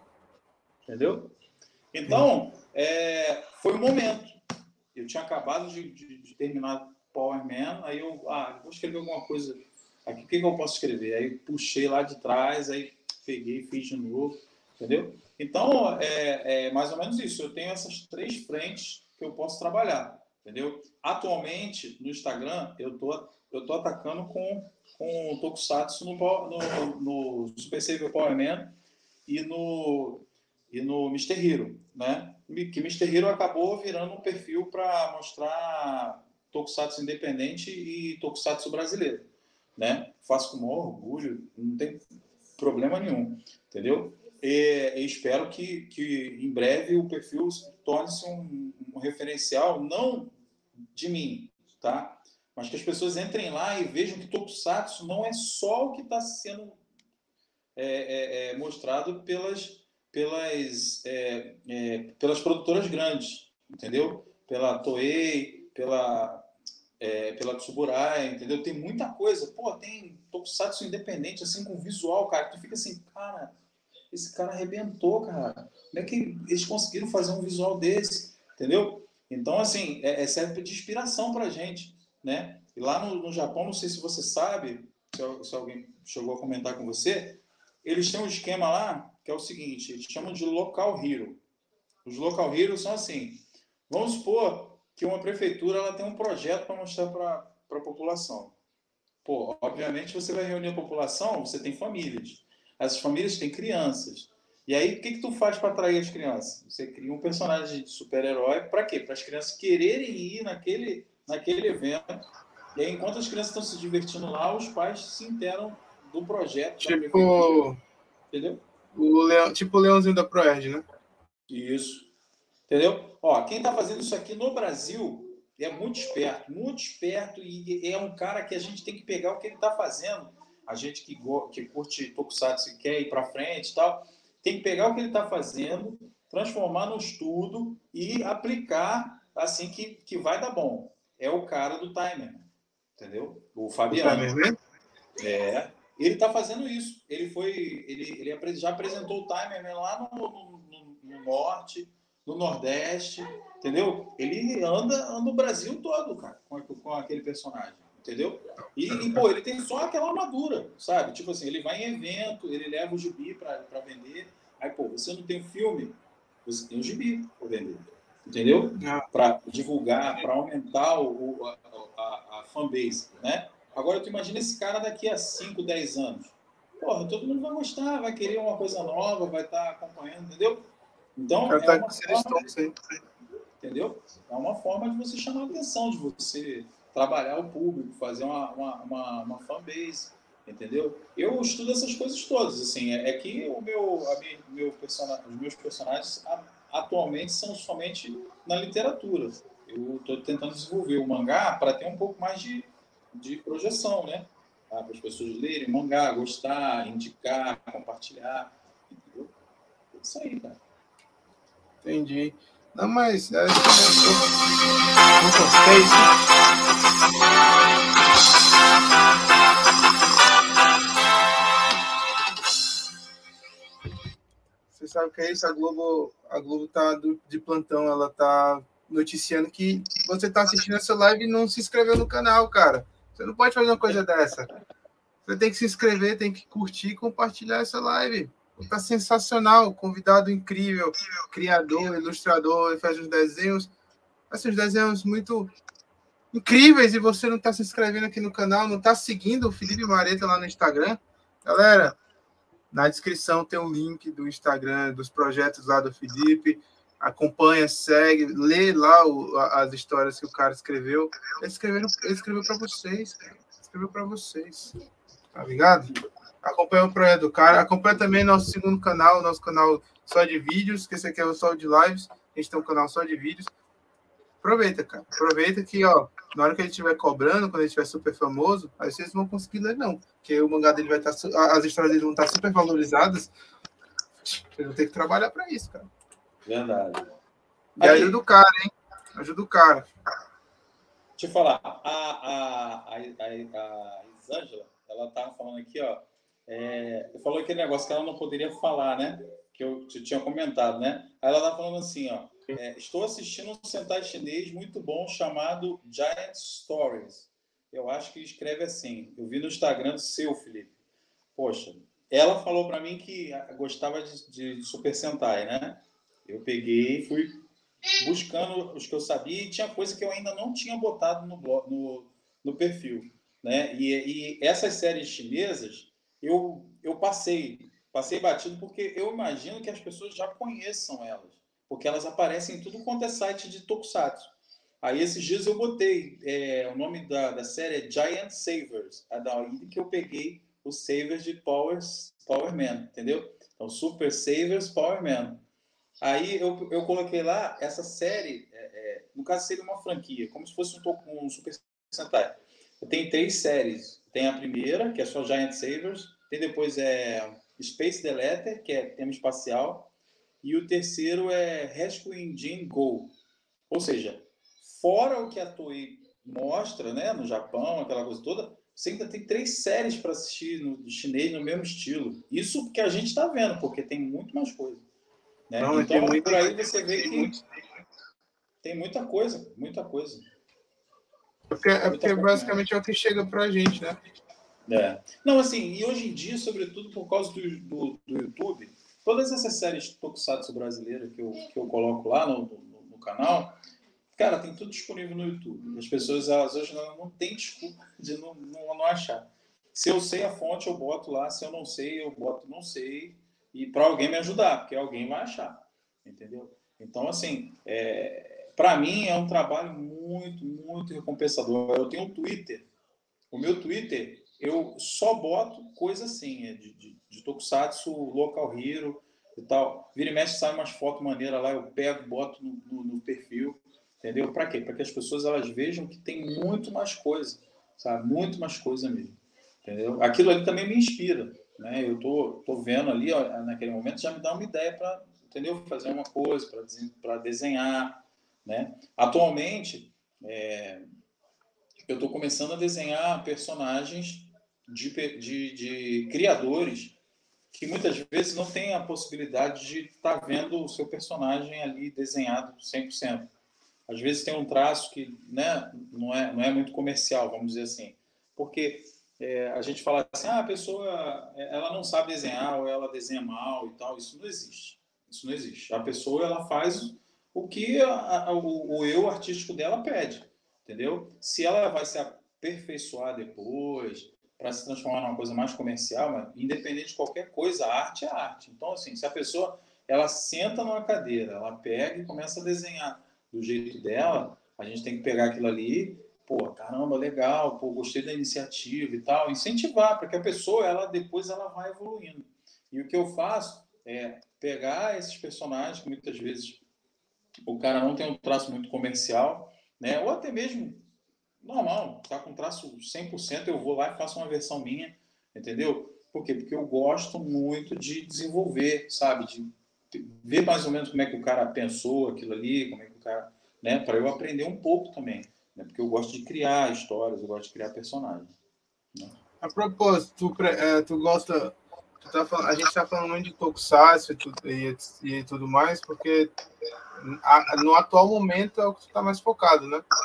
Speaker 2: Entendeu? Então, é, foi um momento. Eu tinha acabado de, de, de terminar Power Man, aí eu, ah, vou escrever alguma coisa aqui, o que, que eu posso escrever? Aí puxei lá de trás, aí peguei, fiz de novo, entendeu? Então, é, é mais ou menos isso. Eu tenho essas três frentes que eu posso trabalhar, entendeu? Atualmente, no Instagram, eu tô, eu tô atacando com, com o Tokusatsu no, no, no Super Saver Power Man e no, e no mister Hero, né? Que mister Hero acabou virando um perfil para mostrar Tokusatsu independente e Tokusatsu brasileiro, né? Faço com o maior orgulho, não tem problema nenhum, entendeu? E, e espero que, que em breve o perfil torne-se um, um referencial, não de mim, tá? Mas que as pessoas entrem lá e vejam que Tokusatsu não é só o que está sendo é, é, é, mostrado pelas pelas, é, é, pelas produtoras grandes, entendeu? Pela Toei, pela, é, pela Tsuburai, entendeu? Tem muita coisa. Pô, tem Tokusatsu independente, assim, com visual, cara. Tu fica assim, cara, esse cara arrebentou, cara. Como é que eles conseguiram fazer um visual desse, entendeu? Então, assim, é, é serve de inspiração pra gente, né? E lá no, no Japão, não sei se você sabe, se, se alguém chegou a comentar com você, eles têm um esquema lá que é o seguinte, eles chamam de local hero. Os local heroes são assim, vamos supor que uma prefeitura ela tem um projeto para mostrar para a população. Pô, obviamente você vai reunir a população, você tem famílias. Essas famílias têm crianças. E aí, o que, que tu faz para atrair as crianças? Você cria um personagem de super-herói, para quê? Para as crianças quererem ir naquele, naquele evento. E aí, enquanto as crianças estão se divertindo lá, os pais se interam do projeto
Speaker 1: tipo...
Speaker 2: da prefeitura. Entendeu?
Speaker 1: O leão, tipo o leãozinho da Proerd, né?
Speaker 2: Isso. Entendeu? Ó, quem está fazendo isso aqui no Brasil é muito esperto, muito esperto e é um cara que a gente tem que pegar o que ele está fazendo. A gente que, que curte Tokusatsu e quer ir para frente e tal, tem que pegar o que ele está fazendo, transformar no estudo e aplicar assim que, que vai dar bom. É o cara do timer, entendeu? O Fabiano.
Speaker 1: O timer, né?
Speaker 2: É. Ele está fazendo isso. Ele foi, ele, ele já apresentou o timer lá no, no, no, no norte, no nordeste, entendeu? Ele anda, anda o Brasil todo, cara, com, com aquele personagem, entendeu? E, e, pô, ele tem só aquela armadura, sabe? Tipo assim, ele vai em evento, ele leva o gibi para vender. Aí, pô, você não tem o filme, você tem o gibi para vender, entendeu? Para divulgar, para aumentar o, a, a, a fanbase, né? Agora, tu imagina esse cara daqui a cinco, dez anos. Porra, todo mundo vai gostar, vai querer uma coisa nova, vai estar acompanhando, entendeu? Então, é
Speaker 1: tá
Speaker 2: uma forma, de, entendeu? É uma forma de você chamar a atenção, de você trabalhar o público, fazer uma, uma, uma, uma fanbase, entendeu? Eu estudo essas coisas todas, assim, é, é que o meu, a minha, meu personagem, os meus personagens atualmente são somente na literatura. Eu estou tentando desenvolver o mangá para ter um pouco mais de de projeção, né? Tá? Para as pessoas lerem mangá, gostar, indicar, compartilhar, entendeu? É isso aí, cara.
Speaker 1: Entendi. Não, mas é, eu não gostei isso. Você sabe o que é isso? A Globo, a Globo tá do, de plantão, ela tá noticiando que você tá assistindo essa live e não se inscreveu no canal, cara. Você não pode fazer uma coisa dessa. Você tem que se inscrever, tem que curtir e compartilhar essa live. Tá sensacional, convidado incrível, criador, ilustrador, faz uns desenhos, faz uns desenhos muito incríveis e você não está se inscrevendo aqui no canal, não está seguindo o Felipe Mareta lá no Instagram. Galera, na descrição tem um link do Instagram, dos projetos lá do Felipe. Acompanha, segue, lê lá o, as histórias que o cara escreveu. Ele escreveu, ele escreveu para vocês, cara. Escreveu para vocês. Tá ligado? Acompanha o projeto do cara. Acompanha também nosso segundo canal, nosso canal só de vídeos, que esse aqui é o só de lives. A gente tem um canal só de vídeos. Aproveita, cara. Aproveita que, ó, na hora que ele estiver cobrando, quando ele estiver super famoso, aí vocês não vão conseguir ler, não. Porque o mangá dele vai estar... As histórias dele vão estar super valorizadas. Vocês vão ter que trabalhar para isso, cara.
Speaker 2: Verdade.
Speaker 1: E ajuda o cara, hein? Ajuda o cara.
Speaker 2: Deixa eu falar. A, a, a, a, a Isângela, ela tava falando aqui, ó. É, falou aquele negócio que ela não poderia falar, né? Que eu, que eu tinha comentado, né? Aí ela tava falando assim, ó. É, estou assistindo um Sentai chinês muito bom chamado Giant Stories. Eu acho que escreve assim. Eu vi no Instagram do seu, Felipe. Poxa, ela falou para mim que gostava de, de Super Sentai, né? Eu peguei e fui buscando os que eu sabia e tinha coisa que eu ainda não tinha botado no, blog, no, no perfil, né? E, e essas séries chinesas eu, eu passei, passei batido porque eu imagino que as pessoas já conheçam elas, porque elas aparecem em tudo quanto é site de Tokusatsu. Aí esses dias eu botei, é, o nome da, da série é Giant Savers, é daí que eu peguei os Savers de Powers, Power Man, entendeu? Então Super Savers, Power Man. Aí eu, eu coloquei lá essa série, é, é, no caso seria uma franquia, como se fosse um, um Super Sentai. Tem três séries. Tem a primeira, que é só Giant Savers. Tem depois é Space The Letter, que é tema espacial. E o terceiro é Rescue Engine Go. Ou seja, fora o que a Toei mostra, né, no Japão, aquela coisa toda, você ainda tem três séries para assistir no chinês no mesmo estilo. Isso que a gente está vendo, porque tem muito mais coisa. Né?
Speaker 1: Não,
Speaker 2: então,
Speaker 1: muito,
Speaker 2: por aí você vê
Speaker 1: tem
Speaker 2: que
Speaker 1: muito.
Speaker 2: tem muita coisa, muita coisa.
Speaker 1: Porque, é
Speaker 2: muita
Speaker 1: porque basicamente é o que chega pra gente, né?
Speaker 2: É. Não, assim, e hoje em dia, sobretudo por causa do, do, do YouTube, todas essas séries Tokusatsu brasileiras que eu, que eu coloco lá no, no, no canal, cara, tem tudo disponível no YouTube. As pessoas, elas hoje não, não tem desculpa de não, não, não achar. Se eu sei a fonte, eu boto lá. Se eu não sei, eu boto não sei. E para alguém me ajudar, porque alguém vai achar. Entendeu? Então, assim, é, para mim é um trabalho muito, muito recompensador. Eu tenho um Twitter. O meu Twitter, eu só boto coisa assim, é de, de, de Tokusatsu, Local Hero e tal. Vira e mexe, sai umas fotos maneiras lá, eu pego, boto no, no, no perfil. Entendeu? Para quê? Para que as pessoas elas vejam que tem muito mais coisa, sabe? Muito mais coisa mesmo. Entendeu? Aquilo ali também me inspira, né? Eu tô, tô vendo ali, ó, naquele momento, já me dá uma ideia para, entendeu? Fazer uma coisa, para desenhar, né? Atualmente, é, eu estou começando a desenhar personagens de, de, de criadores que muitas vezes não têm a possibilidade de estar tá vendo o seu personagem ali desenhado cem por cento. Às vezes tem um traço que, né, não, é, não é muito comercial, vamos dizer assim. Porque é, a gente fala assim, ah, a pessoa ela não sabe desenhar ou ela desenha mal e tal. Isso não existe. Isso não existe. A pessoa ela faz o que a, a, o, o eu artístico dela pede. Entendeu? Se ela vai se aperfeiçoar depois para se transformar numa coisa mais comercial, mas independente de qualquer coisa, a arte é arte. Então, assim, se a pessoa ela senta numa cadeira, ela pega e começa a desenhar do jeito dela, a gente tem que pegar aquilo ali, pô, caramba, legal, pô, gostei da iniciativa e tal, incentivar para que a pessoa, ela depois ela vai evoluindo. E o que eu faço é pegar esses personagens que muitas vezes o cara não tem um traço muito comercial, né? Ou até mesmo normal, tá com traço cem por cento, eu vou lá e faço uma versão minha, entendeu? Por quê? Porque eu gosto muito de desenvolver, sabe? De ver mais ou menos como é que o cara pensou aquilo ali, como é que o cara, né? Para eu aprender um pouco também, né? Porque eu gosto de criar histórias, eu gosto de criar personagens. Né?
Speaker 1: A propósito, tu, é, tu gosta... Tu tá falando, a gente está falando muito de Tokusatsu e, tu, e, e tudo mais, porque a, no atual momento é o que tu tá mais focado, né?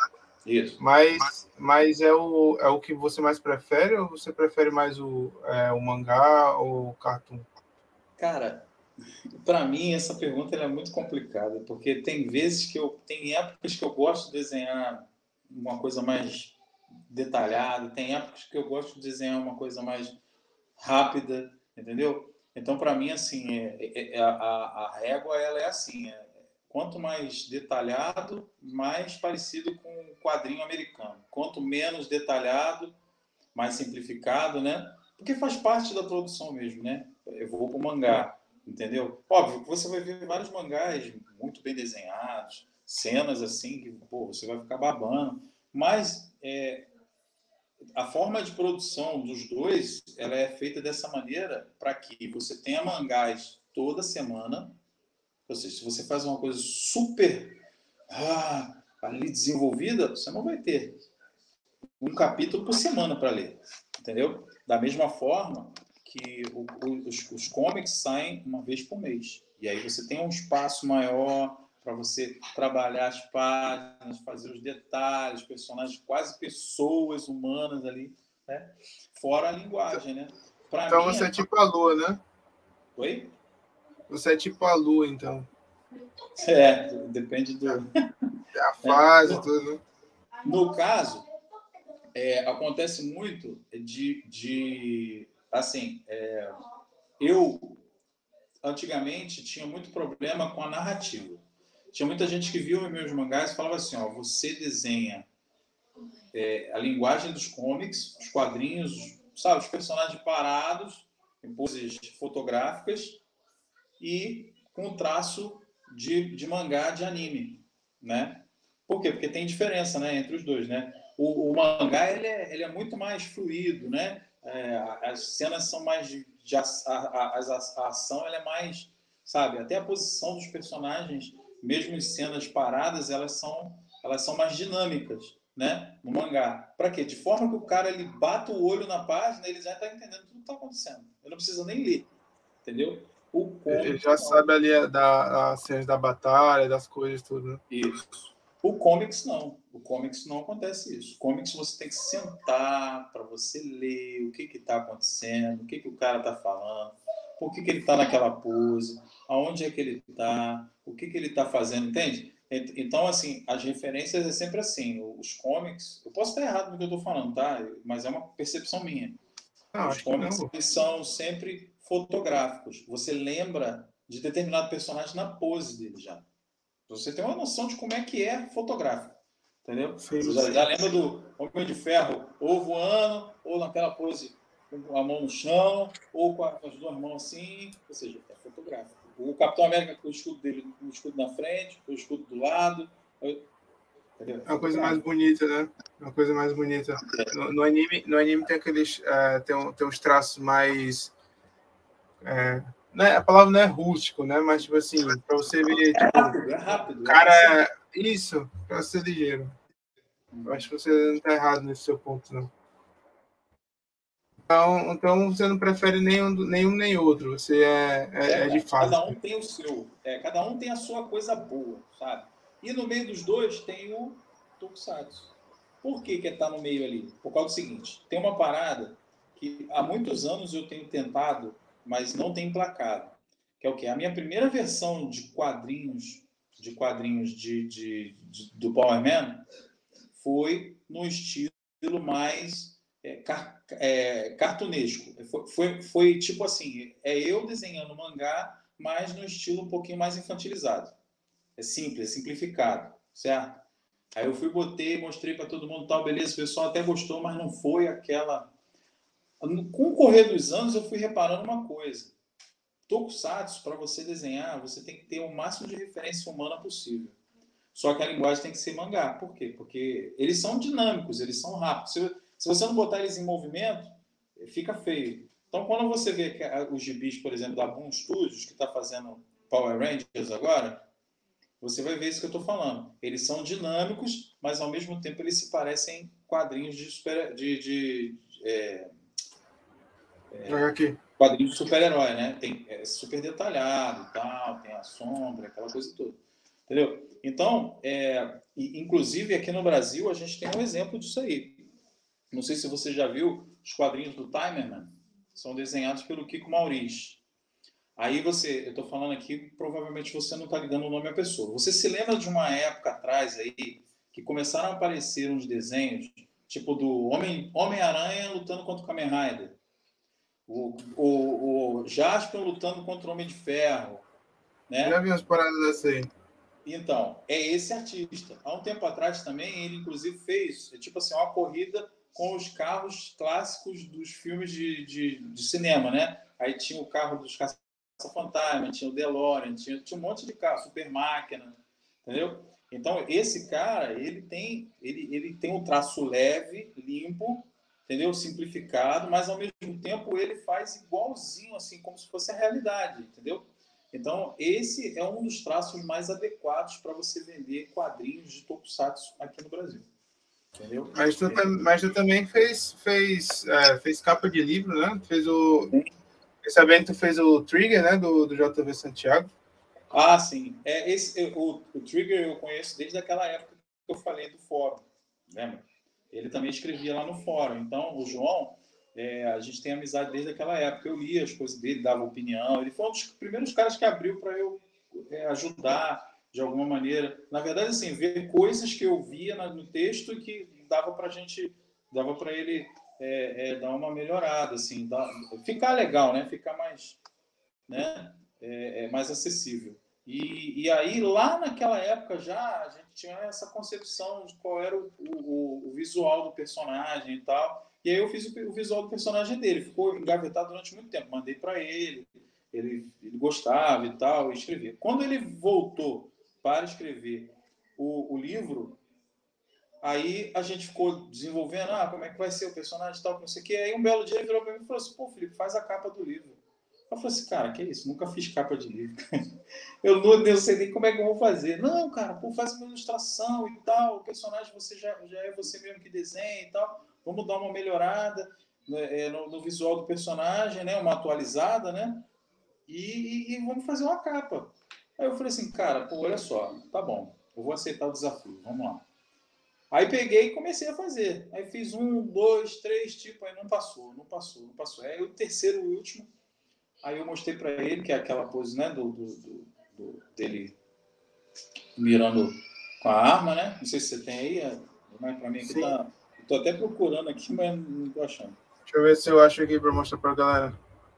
Speaker 2: Isso.
Speaker 1: Mas, mas é, o, é o que você mais prefere ou você prefere mais o, é, o mangá ou o cartoon?
Speaker 2: Cara, para mim essa pergunta ela é muito complicada, porque tem vezes que eu tem épocas que eu gosto de desenhar uma coisa mais detalhada, tem épocas que eu gosto de desenhar uma coisa mais rápida, entendeu? Então, para mim, assim, é, é, é, a, a régua ela é assim, é, quanto mais detalhado, mais parecido com o quadrinho americano. Quanto menos detalhado, mais simplificado, né? Porque faz parte da produção mesmo, né? Eu vou para o mangá, entendeu? Óbvio que você vai ver vários mangás muito bem desenhados, cenas assim que, pô, você vai ficar babando, mas é, a forma de produção dos dois, ela é feita dessa maneira para que você tenha mangás toda semana, ou seja, se você faz uma coisa super ah, ali desenvolvida, você não vai ter um capítulo por semana para ler, entendeu? Da mesma forma que o, o, os, os comics saem uma vez por mês. E aí você tem um espaço maior para você trabalhar as páginas, fazer os detalhes, personagens, quase pessoas humanas ali, né? Fora a linguagem, né? Para
Speaker 1: Então
Speaker 2: mim...
Speaker 1: você é tipo a Lua, né?
Speaker 2: Oi?
Speaker 1: Você é tipo a Lua, então.
Speaker 2: É, depende do...
Speaker 1: É a fase,
Speaker 2: é.
Speaker 1: tudo, né?
Speaker 2: No caso, é, acontece muito de, de assim, é, eu antigamente tinha muito problema com a narrativa. Tinha muita gente que via os meus mangás e falava assim, ó, você desenha é, a linguagem dos comics, os quadrinhos, sabe, os personagens parados, em poses fotográficas e com traço de, de mangá de anime, né? Por quê? Porque tem diferença, né, entre os dois, né? O, o mangá ele é, ele é muito mais fluido, né? É, as cenas são mais de, de a, a, a, a ação ela é mais, sabe? Até a posição dos personagens, mesmo em cenas paradas, elas são elas são mais dinâmicas, né? No mangá. Para quê? De forma que o cara ele bata o olho na página, ele já está entendendo tudo que está acontecendo. Ele não precisa nem ler, entendeu? O
Speaker 1: Ele
Speaker 2: comic
Speaker 1: já
Speaker 2: não.
Speaker 1: sabe ali da, as cenas da batalha, das coisas, tudo, né?
Speaker 2: Isso. O comics não. O comics não acontece isso. O comics você tem que sentar para você ler o que está acontecendo, o que, que o cara está falando, por que, que ele está naquela pose, aonde é que ele está, o que, que ele está fazendo, entende? Então, assim, as referências é sempre assim. Os comics, eu posso estar errado no que eu estou falando, tá? Mas é uma percepção minha.
Speaker 1: Não,
Speaker 2: Os
Speaker 1: acho que
Speaker 2: comics
Speaker 1: não.
Speaker 2: eles são sempre fotográficos. Você lembra de determinado personagem na pose dele já. Você tem uma noção de como é que é fotográfico, entendeu?
Speaker 1: Sim,
Speaker 2: Você já,
Speaker 1: sim.
Speaker 2: já lembra do Homem de Ferro ou voando, ou naquela pose com a mão no chão, ou com, a, com as duas mãos assim, ou seja, é fotográfico. O Capitão América com o escudo dele, com o escudo na frente, com o escudo do lado, entendeu?
Speaker 1: É uma coisa mais bonita, né? É uma coisa mais bonita. No, no anime, no anime tem aqueles, uh, tem, um, tem uns traços mais, é, né? A palavra não é rústico, né? Mas tipo assim, para você ver,
Speaker 2: É
Speaker 1: tipo,
Speaker 2: rápido, é rápido.
Speaker 1: cara,
Speaker 2: É
Speaker 1: isso, para ser ligeiro. Eu acho que você não está errado nesse seu ponto, não. Então, então você não prefere nenhum, nenhum nem outro. Você é, é, é de
Speaker 2: É,
Speaker 1: fase.
Speaker 2: cada um tem o seu. É, cada um tem a sua coisa boa, sabe? E no meio dos dois tem o Tokusatsu. Por que que tá no meio ali? Por causa do seguinte, tem uma parada que há muitos anos eu tenho tentado, mas não tem emplacado. Que é o quê? A minha primeira versão de quadrinhos, de quadrinhos de, de, de do Power Man foi no estilo mais é, car, é, cartunesco. Foi, foi, foi tipo assim, é eu desenhando mangá, mas no estilo um pouquinho mais infantilizado. É simples, é simplificado, certo? Aí eu fui, botei, mostrei para todo mundo, tal, beleza, o pessoal até gostou, mas não foi aquela... Com o correr dos anos, eu fui reparando uma coisa. Tokusatsu, para você desenhar, você tem que ter o máximo de referência humana possível. Só que a linguagem tem que ser mangá. Por quê? Porque eles são dinâmicos, eles são rápidos. Se, se você não botar eles em movimento, fica feio. Então, quando você vê que os gibis, por exemplo, da Boom Studios, que está fazendo Power Rangers agora, você vai ver isso que eu estou falando. Eles são dinâmicos, mas ao mesmo tempo eles se parecem quadrinhos de super, de, de, é,
Speaker 1: É, aqui.
Speaker 2: quadrinhos de super-herói, né? Tem, é super detalhado e tal, tem a sombra, aquela coisa toda. Entendeu? Então, é, inclusive aqui no Brasil, a gente tem um exemplo disso aí. Não sei se você já viu os quadrinhos do Timerman, são desenhados pelo Kiko Maurice. Aí você, eu estou falando aqui, provavelmente você não está ligando o nome à pessoa. Você se lembra de uma época atrás aí que começaram a aparecer uns desenhos, tipo do Homem, Homem-Aranha lutando contra o Kamen Rider, o, o, o Jasper lutando contra o Homem de Ferro, né?
Speaker 1: Já vi umas paradas dessa aí.
Speaker 2: Então, é esse artista. Há um tempo atrás também, ele inclusive fez, tipo assim, uma corrida com os carros clássicos dos filmes de, de, de cinema, né? Aí tinha o carro dos Caça-Fantasma, tinha o DeLorean, tinha, tinha um monte de carro, Super Máquina, entendeu? Então, esse cara, ele tem, ele, ele tem um traço leve, limpo, entendeu? Simplificado, mas ao mesmo tempo ele faz igualzinho, assim, como se fosse a realidade, entendeu? Então, esse é um dos traços mais adequados para você vender quadrinhos de Tokusatsu aqui no Brasil. Entendeu?
Speaker 1: Mas tu, mas tu também fez, fez, é, fez capa de livro, né? Fez o. Fiquei sabendo que tu fez o Trigger, né? Do, do J V Santiago.
Speaker 2: Ah, sim. É, esse, o, o Trigger eu conheço desde aquela época que eu falei do fórum. Lembra? Ele também escrevia lá no fórum. Então, o João, é, a gente tem amizade desde aquela época. Eu lia as coisas dele, dava opinião. Ele foi um dos primeiros caras que abriu para eu é, ajudar de alguma maneira. Na verdade, assim, ver coisas que eu via no texto e que dava para a gente, dava para ele é, é, dar uma melhorada, assim, dar, ficar legal, né? Ficar mais, né? É, é mais acessível. E, e aí, lá naquela época já, a gente tinha essa concepção de qual era o, o, o visual do personagem e tal. E aí eu fiz o, o visual do personagem dele. Ficou engavetado durante muito tempo. Mandei para ele, ele, ele gostava e tal, e escrevia. Quando ele voltou para escrever o, o livro, aí a gente ficou desenvolvendo, ah, como é que vai ser o personagem e tal, não sei o quê. Aí um belo dia ele virou para mim e falou assim, pô, Felipe, faz a capa do livro. Eu falei assim, cara, que isso? Nunca fiz capa de livro. eu não eu sei nem como é que eu vou fazer. Não, cara, pô, faz uma ilustração e tal. O personagem você já, já é você mesmo que desenha e tal. Vamos dar uma melhorada, né, no, no visual do personagem, né? Uma atualizada, né? E, e, e vamos fazer uma capa. Aí eu falei assim, cara, pô, olha só, tá bom, eu vou aceitar o desafio, vamos lá. Aí peguei e comecei a fazer. Aí fiz um, dois, três, tipo, aí não passou, não passou, não passou. Aí o terceiro e último. Aí eu mostrei para ele, que é aquela pose, né, do, do, do, do, dele mirando com a arma, né? Não sei se você tem aí, mas para mim aqui
Speaker 1: Sim.
Speaker 2: tá... Tô até procurando aqui, mas não tô achando.
Speaker 1: Deixa eu ver se eu acho aqui para mostrar para a galera.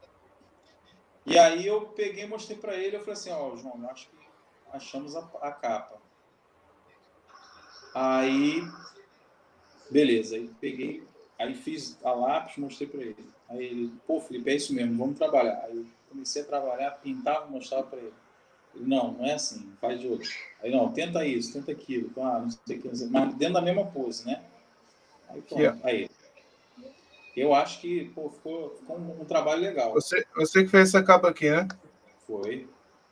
Speaker 2: E aí eu peguei e mostrei para ele, eu falei assim, ó, oh, João, eu acho que achamos a, a capa. Aí, beleza, aí peguei, aí fiz a lápis, mostrei para ele. Aí ele, pô, Felipe, é isso mesmo, vamos trabalhar. Aí eu comecei a trabalhar, pintava, mostrava para ele. Ele, não, não é assim, faz de outro. Aí, não, tenta isso, tenta aquilo, ah, não sei o que, mas dentro da mesma pose, né? Aí, pronto,
Speaker 1: Yeah.
Speaker 2: aí. Eu acho que, pô, ficou, ficou um, um trabalho legal.
Speaker 1: Você, você que fez essa capa aqui, né?
Speaker 2: Foi.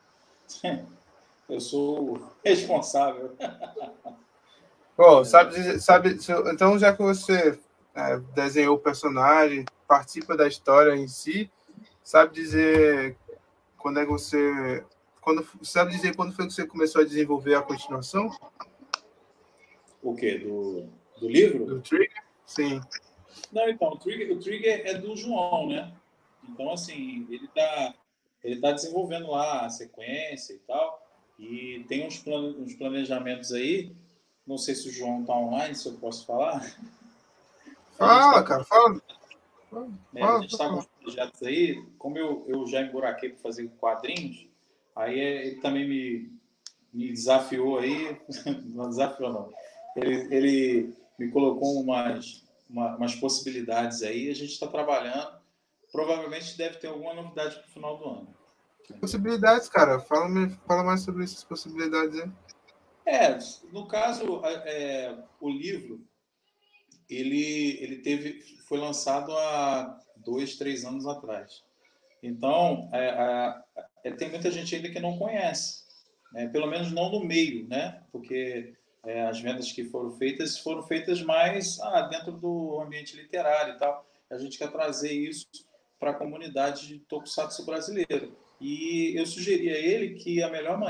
Speaker 2: Eu sou o responsável.
Speaker 1: Pô, sabe, sabe, então já que você é, desenhou o personagem, participa da história em si, sabe dizer quando é que você, quando, sabe dizer quando foi que você começou a desenvolver a continuação?
Speaker 2: O quê? Do, do livro?
Speaker 1: Do Trigger? Sim.
Speaker 2: Não, então, o Trigger, o Trigger é do João, né? Então, assim, ele tá, ele tá desenvolvendo lá a sequência e tal, e tem uns, plane, uns planejamentos aí. Não sei se o João está online, se eu posso falar.
Speaker 1: Fala, tá... cara, fala. fala,
Speaker 2: é,
Speaker 1: fala
Speaker 2: a gente está com os projetos aí, como eu, eu já emburaquei para fazer quadrinhos, aí ele também me, me desafiou aí, não desafiou não, ele, ele me colocou umas, uma, umas possibilidades aí, a gente está trabalhando, provavelmente deve ter alguma novidade para o final do ano.
Speaker 1: Que possibilidades, cara? Fala, fala mais sobre essas possibilidades aí.
Speaker 2: É, no caso, é, o livro, ele, ele teve, foi lançado há dois, três anos atrás. Então, é, é, tem muita gente ainda que não conhece, né? Pelo menos não no meio, né? Porque é, as vendas que foram feitas foram feitas mais ah, dentro do ambiente literário e tal. A gente quer trazer isso para a comunidade de Tokusatsu brasileiro. E eu sugeri a ele que a melhor maneira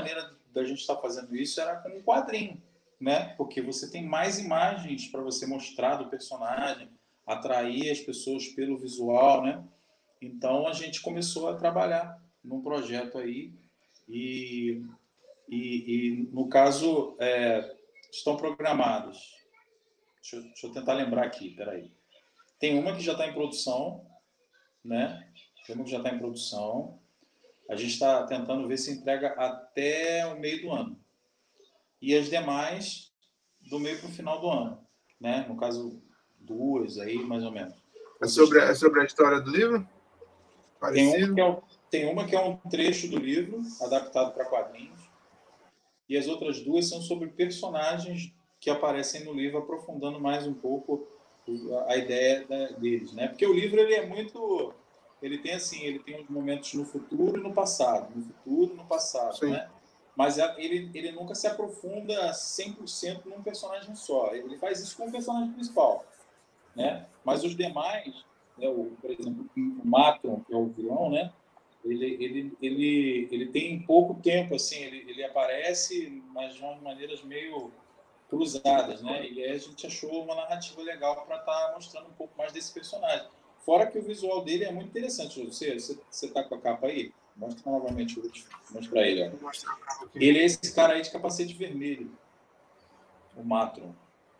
Speaker 2: da gente estar fazendo isso era com um quadrinho, né? Porque você tem mais imagens para você mostrar do personagem, atrair as pessoas pelo visual, né? Então a gente começou a trabalhar num projeto aí e, e, e no caso, é, estão programados. Deixa eu, deixa eu tentar lembrar aqui, peraí. Tem uma que já está em produção, né? Tem uma que já está em produção. A gente está tentando ver se entrega até o meio do ano. E as demais do meio para o final do ano, né? No caso, duas aí, mais ou menos.
Speaker 1: É sobre, é sobre a história do livro?
Speaker 2: Tem uma,
Speaker 1: Parecido?
Speaker 2: que é, tem uma que é um trecho do livro, adaptado para quadrinhos, e as outras duas são sobre personagens que aparecem no livro, aprofundando mais um pouco a ideia deles, né? Porque o livro ele é muito, ele tem assim, ele tem uns momentos no futuro e no passado, no futuro e no passado, Sim. né? Mas ele, ele nunca se aprofunda cem por cento num personagem só. Ele faz isso com o personagem principal, né? Mas os demais, né, o, por exemplo, o Matron, que é o vilão, né? Ele, ele, ele, ele tem pouco tempo, assim, ele, ele aparece, mas de umas maneiras meio cruzadas, né? E aí a gente achou uma narrativa legal para estar tá mostrando um pouco mais desse personagem. Fora que o visual dele é muito interessante. Você, você, você tá com a capa aí? Mostra novamente, eu vou te mostrar ele. Ó. Ele é esse cara aí de capacete vermelho, o Matron.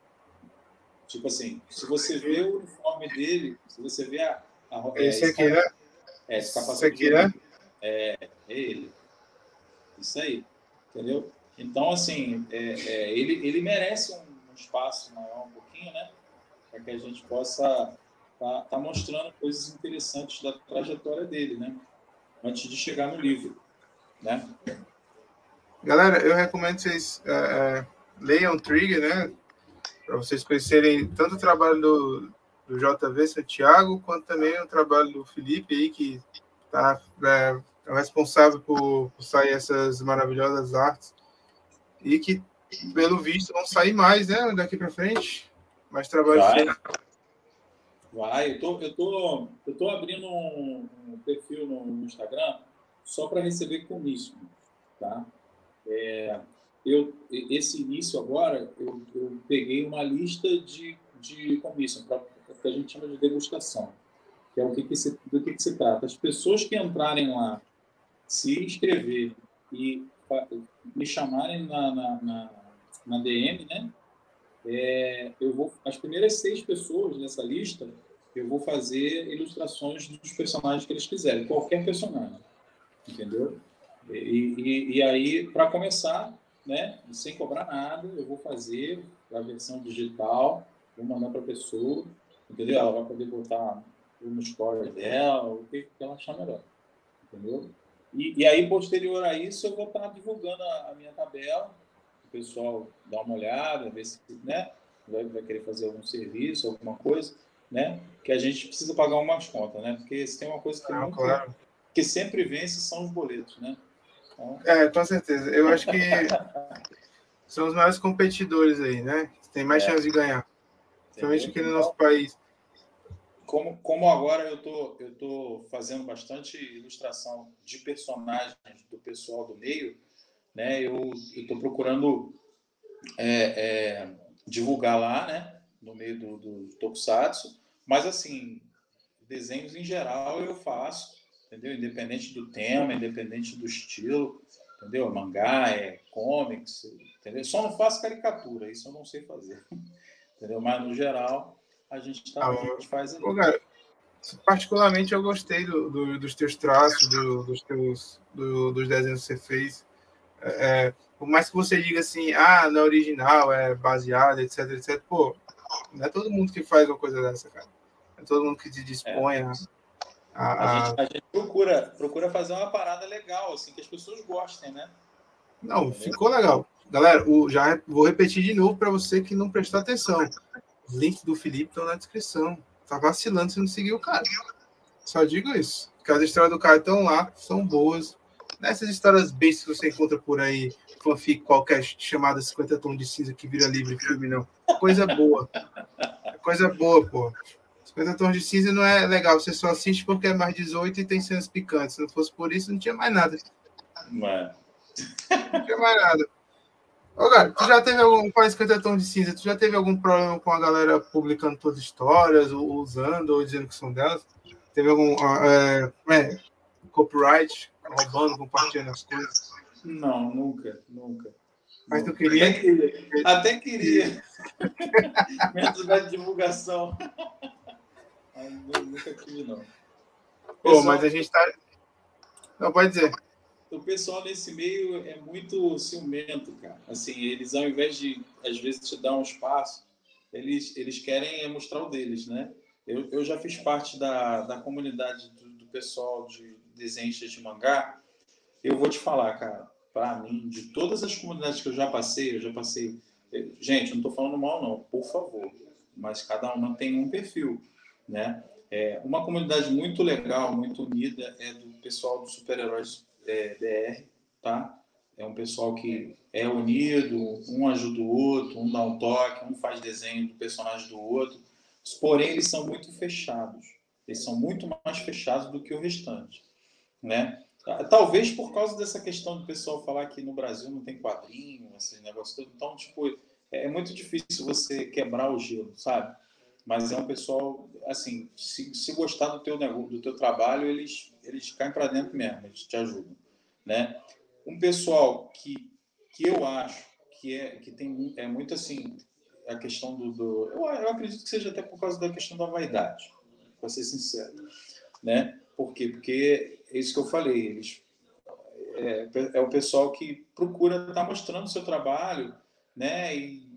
Speaker 2: Tipo assim, se você vê o uniforme dele, se você vê a... a
Speaker 1: é, esse aqui, né?
Speaker 2: É, esse capacete
Speaker 1: esse aqui, né?
Speaker 2: É, é ele. Isso aí, entendeu? Então, assim, é, é, ele, ele merece um, um espaço maior um pouquinho, né? Para que a gente possa tá, tá mostrando coisas interessantes da trajetória dele, né? Antes de chegar no livro, né?
Speaker 1: Galera, eu recomendo que vocês é, é, leiam Trigger, né? Para vocês conhecerem tanto o trabalho do, do J V Santiago, quanto também o trabalho do Felipe aí, que tá, é, é o responsável por, por sair essas maravilhosas artes. E que, pelo visto, vão sair mais, né? Daqui para frente. Mais trabalho
Speaker 2: Vai.
Speaker 1: feito.
Speaker 2: Vai. Eu tô, eu tô, eu tô abrindo um, um perfil no, no Instagram só para receber comício, tá? É, eu, esse início agora, eu, eu peguei uma lista de, de comício, para que a gente chama de degustação, que é o que, que se, do que, que se trata. As pessoas que entrarem lá, se inscreverem e me chamarem na, na, na, na D M, né? É, eu vou, as primeiras seis pessoas nessa lista, eu vou fazer ilustrações dos personagens que eles quiserem, qualquer personagem, entendeu? E, e, e aí, para começar, né, sem cobrar nada, eu vou fazer a versão digital, vou mandar para a pessoa, entendeu? Ela vai poder botar no story dela, o que ela achar melhor, entendeu? E, e aí, posterior a isso, eu vou estar divulgando a, a minha tabela, o pessoal dá uma olhada, ver se, né, vai, vai querer fazer algum serviço, alguma coisa, né, que a gente precisa pagar umas contas, né, porque se tem uma coisa que, é muito, claro. que sempre vence são os boletos, né. Então...
Speaker 1: É, com certeza. Eu acho que são os maiores competidores aí, né, tem mais é. chance de ganhar, principalmente aqui no nosso país.
Speaker 2: Como, como agora eu tô, eu tô fazendo bastante ilustração de personagens do pessoal do meio, né? Eu estou procurando é, é, divulgar lá, né? No meio do, do Tokusatsu, mas assim, desenhos em geral eu faço, entendeu? Independente do tema, independente do estilo, entendeu? Mangá, é comics, entendeu? Só não faço caricatura, isso eu não sei fazer, entendeu? Mas no geral a gente, tá, ah, a gente faz aí.
Speaker 1: Pô, cara, particularmente eu gostei do, do, dos teus traços, do, dos teus do, dos desenhos que você fez. É, por mais que você diga assim, ah, não é original, é baseado, etc, etc, pô, não é todo mundo que faz uma coisa dessa, cara. É todo mundo que se dispõe é. a,
Speaker 2: a, a... A, gente, a gente procura, procura fazer uma parada legal, assim, que as pessoas gostem, né?
Speaker 1: Não, entendeu? Ficou legal. Galera, o, já vou repetir de novo para você que não prestou atenção. Os links do Felipe estão na descrição. Tá vacilando se não seguir o cara. Só digo isso. Porque as histórias do cara estão lá, são boas. Nessas histórias bestas que você encontra por aí, fanfic qualquer chamada cinquenta tons de cinza que vira livre filme, não. Coisa boa. Coisa boa, pô. cinquenta tons de cinza não é legal. Você só assiste porque é mais dezoito e tem cenas picantes. Se não fosse por isso, não tinha mais nada.
Speaker 2: Mas...
Speaker 1: Não tinha mais nada. Ô, cara, tu já teve algum. Com a cinquenta Tons de Cinza, tu já teve algum problema com a galera publicando todas as histórias, ou usando, ou dizendo que são delas? Teve algum. É, é, copyright, roubando, compartilhando as coisas?
Speaker 2: Não, nunca, nunca.
Speaker 1: Mas tu queria?
Speaker 2: Até queria. Até queria. Menos da divulgação. Mas nunca tive, não.
Speaker 1: Pô, pessoal, mas a gente tá. Não, pode dizer.
Speaker 2: O pessoal nesse meio é muito ciumento, cara. Assim, eles, ao invés de, às vezes, te dar um espaço, eles, eles querem mostrar o deles, né? Eu, eu já fiz parte da, da comunidade do, do pessoal de desenhistas de mangá. Eu vou te falar, cara, para mim, de todas as comunidades que eu já passei, eu já passei... Gente, eu não tô falando mal, não, por favor. Mas cada uma tem um perfil, né? É, uma comunidade muito legal, muito unida, é do pessoal do Super-Heróis é, B R, tá? É um pessoal que é unido, um ajuda o outro, um dá um toque, um faz desenho do personagem do outro. Porém, eles são muito fechados. Eles são muito mais fechados do que o restante, né? Talvez por causa dessa questão do pessoal falar que no Brasil não tem quadrinho, esse negócio todo. Então, tipo, é muito difícil você quebrar o gelo, sabe? Mas é um pessoal, assim, se, se gostar do teu negócio, do teu trabalho, eles, eles caem para dentro mesmo, eles te ajudam, né? Um pessoal que, que eu acho que, é, que tem é muito, assim, a questão do... do eu, eu acredito que seja até por causa da questão da vaidade, para ser sincero, né? Por quê? Porque é isso que eu falei, eles, é, é o pessoal que procura estar mostrando o seu trabalho, né? E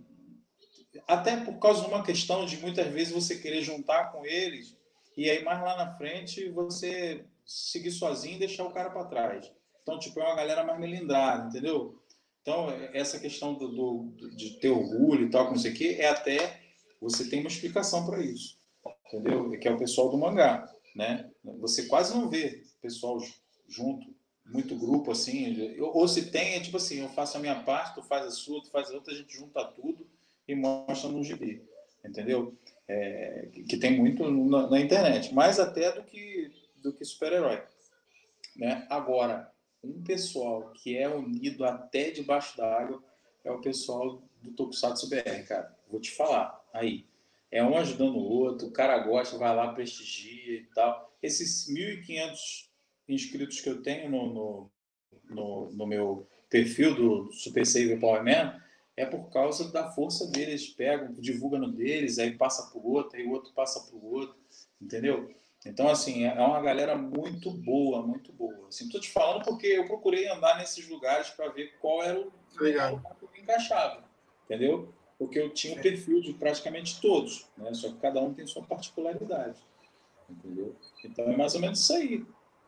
Speaker 2: até por causa de uma questão de muitas vezes você querer juntar com eles e aí mais lá na frente você seguir sozinho e deixar o cara para trás. Então, tipo, é uma galera mais melindrada, entendeu? Então, essa questão do, do, de ter orgulho e tal, como sei o quê, é até você tem uma explicação para isso, entendeu? Que é o pessoal do mangá, né? Você quase não vê pessoal junto, muito grupo assim, ou se tem, é tipo assim, eu faço a minha parte, tu faz a sua, tu faz a outra, a gente junta tudo e mostra no gibi, entendeu? É, que tem muito na, na internet, mais até do que, do que super-herói, né? Agora, um pessoal que é unido até debaixo d'água é o pessoal do Tokusatsu B R, cara. Vou te falar, aí. É um ajudando o outro, o cara gosta, vai lá, prestigia e tal. Esses mil e quinhentos inscritos que eu tenho no, no, no, no meu perfil do Super Saver Power Man, é por causa da força deles. Pegam, divulgam no deles, aí passa para o outro, aí o outro passa para o outro, entendeu? Então, assim, é uma galera muito boa, muito boa. Assim, estou te falando porque eu procurei andar nesses lugares para ver qual era o lugar que eu me encaixava, entendeu? Porque eu tinha o perfil de praticamente todos, né? Só que cada um tem sua particularidade, entendeu? Então, é mais ou menos isso aí,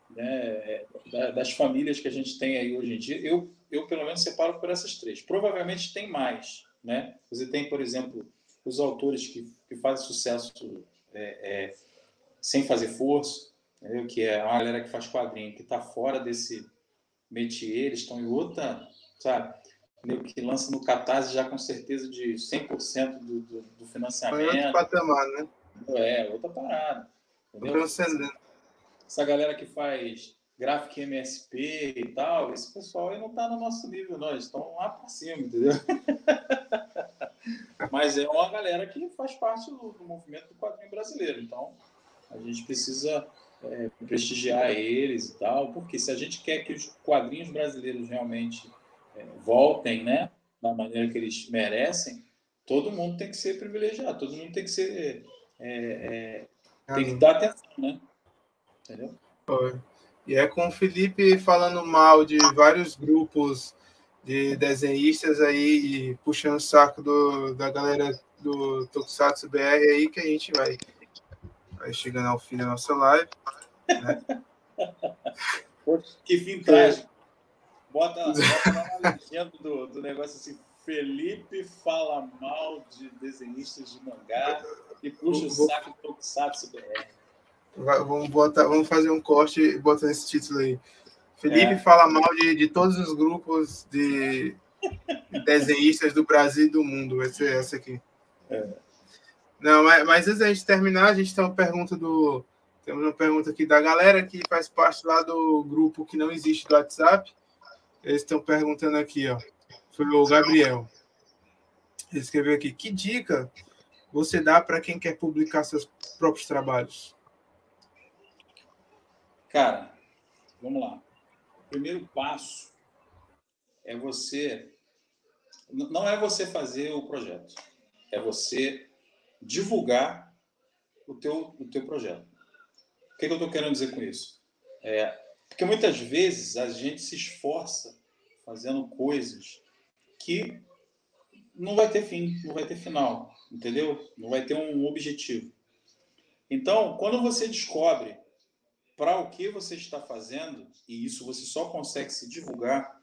Speaker 2: né? Das famílias que a gente tem aí hoje em dia, eu, eu pelo menos separo por essas três. Provavelmente tem mais, né? Você tem, por exemplo, os autores que, que fazem sucesso é, é, sem fazer força, entendeu? Que é uma galera que faz quadrinho, que está fora desse métier, eles estão em outra, sabe? Que lança no Catarse já com certeza de cem por cento do, do, do financiamento.
Speaker 1: É outro patamar, né?
Speaker 2: É, outra parada. Entendeu? Essa galera que faz Graphic M S P e tal, esse pessoal aí não está no nosso nível, não. Eles estão lá para cima, entendeu? Mas é uma galera que faz parte do, do movimento do quadrinho brasileiro. Então, a gente precisa é, prestigiar eles e tal, porque se a gente quer que os quadrinhos brasileiros realmente é, voltem, né, da maneira que eles merecem, todo mundo tem que ser privilegiado, todo mundo tem que ser é, é, tem que dar atenção, né? Entendeu?
Speaker 1: E é com o Felipe falando mal de vários grupos de desenhistas aí e puxando o saco do, da galera do Tokusatsu B R aí que a gente vai, vai chegando ao fim da nossa live, né?
Speaker 2: Que fim trágico. Bota, bota lá na legenda do, do negócio assim, Felipe fala mal de desenhistas de mangá e puxa o saco do Tokusatsu B R.
Speaker 1: Vamos, botar, vamos fazer um corte e botar esse título aí. Felipe é. fala mal de, de todos os grupos de, de desenhistas do Brasil e do mundo. Vai ser essa aqui. É. Não, mas, mas antes da gente terminar, a gente tem uma pergunta do. Temos uma pergunta aqui da galera que faz parte lá do grupo que não existe do WhatsApp. Eles estão perguntando aqui, ó. Foi o Gabriel. Ele escreveu aqui: que dica você dá para quem quer publicar seus próprios trabalhos?
Speaker 2: Cara, vamos lá. O primeiro passo é você... Não é você fazer o projeto. É você divulgar o teu, o teu projeto. O que, que eu estou querendo dizer com isso? É, porque muitas vezes a gente se esforça fazendo coisas que não vai ter fim, não vai ter final, entendeu? Não vai ter um objetivo. Então, quando você descobre para o que você está fazendo, e isso você só consegue se divulgar,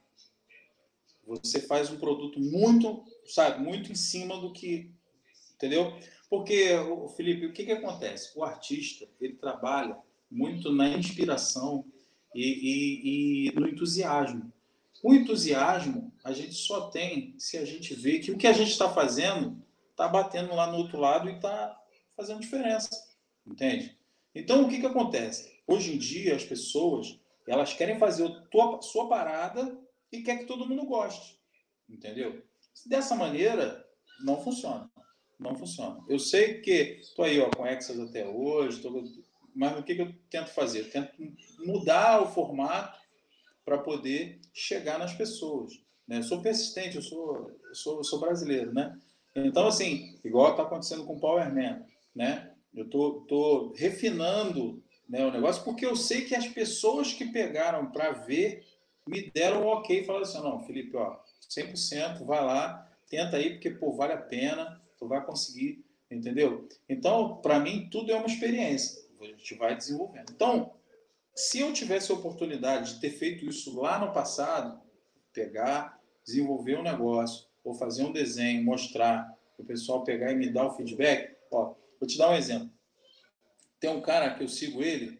Speaker 2: você faz um produto muito, sabe, muito em cima do que, entendeu? Porque, Felipe, o que, que acontece? O artista, ele trabalha muito na inspiração e, e, e no entusiasmo. O entusiasmo a gente só tem se a gente vê que o que a gente está fazendo está batendo lá no outro lado e está fazendo diferença, entende? Então, o que, que acontece? Hoje em dia, as pessoas elas querem fazer a tua, sua parada e quer que todo mundo goste, entendeu? Dessa maneira, não funciona. Não funciona. Eu sei que estou aí ó, com Exas até hoje, tô... mas o que, que eu tento fazer? Eu tento mudar o formato para poder chegar nas pessoas. Né? Eu sou persistente, eu sou, eu sou, eu sou brasileiro, né? Então, assim, igual está acontecendo com o Power Man, né? Eu tô, tô refinando, né, o negócio porque eu sei que as pessoas que pegaram para ver me deram um ok e falaram assim, não, Felipe, ó, cem por cento, vai lá, tenta aí, porque, pô, vale a pena, tu vai conseguir, entendeu? Então, para mim, tudo é uma experiência. A gente vai desenvolvendo. Então, se eu tivesse a oportunidade de ter feito isso lá no passado, pegar, desenvolver um negócio, ou fazer um desenho, mostrar, o pessoal pegar e me dar o feedback, ó, vou te dar um exemplo. Tem um cara que eu sigo ele,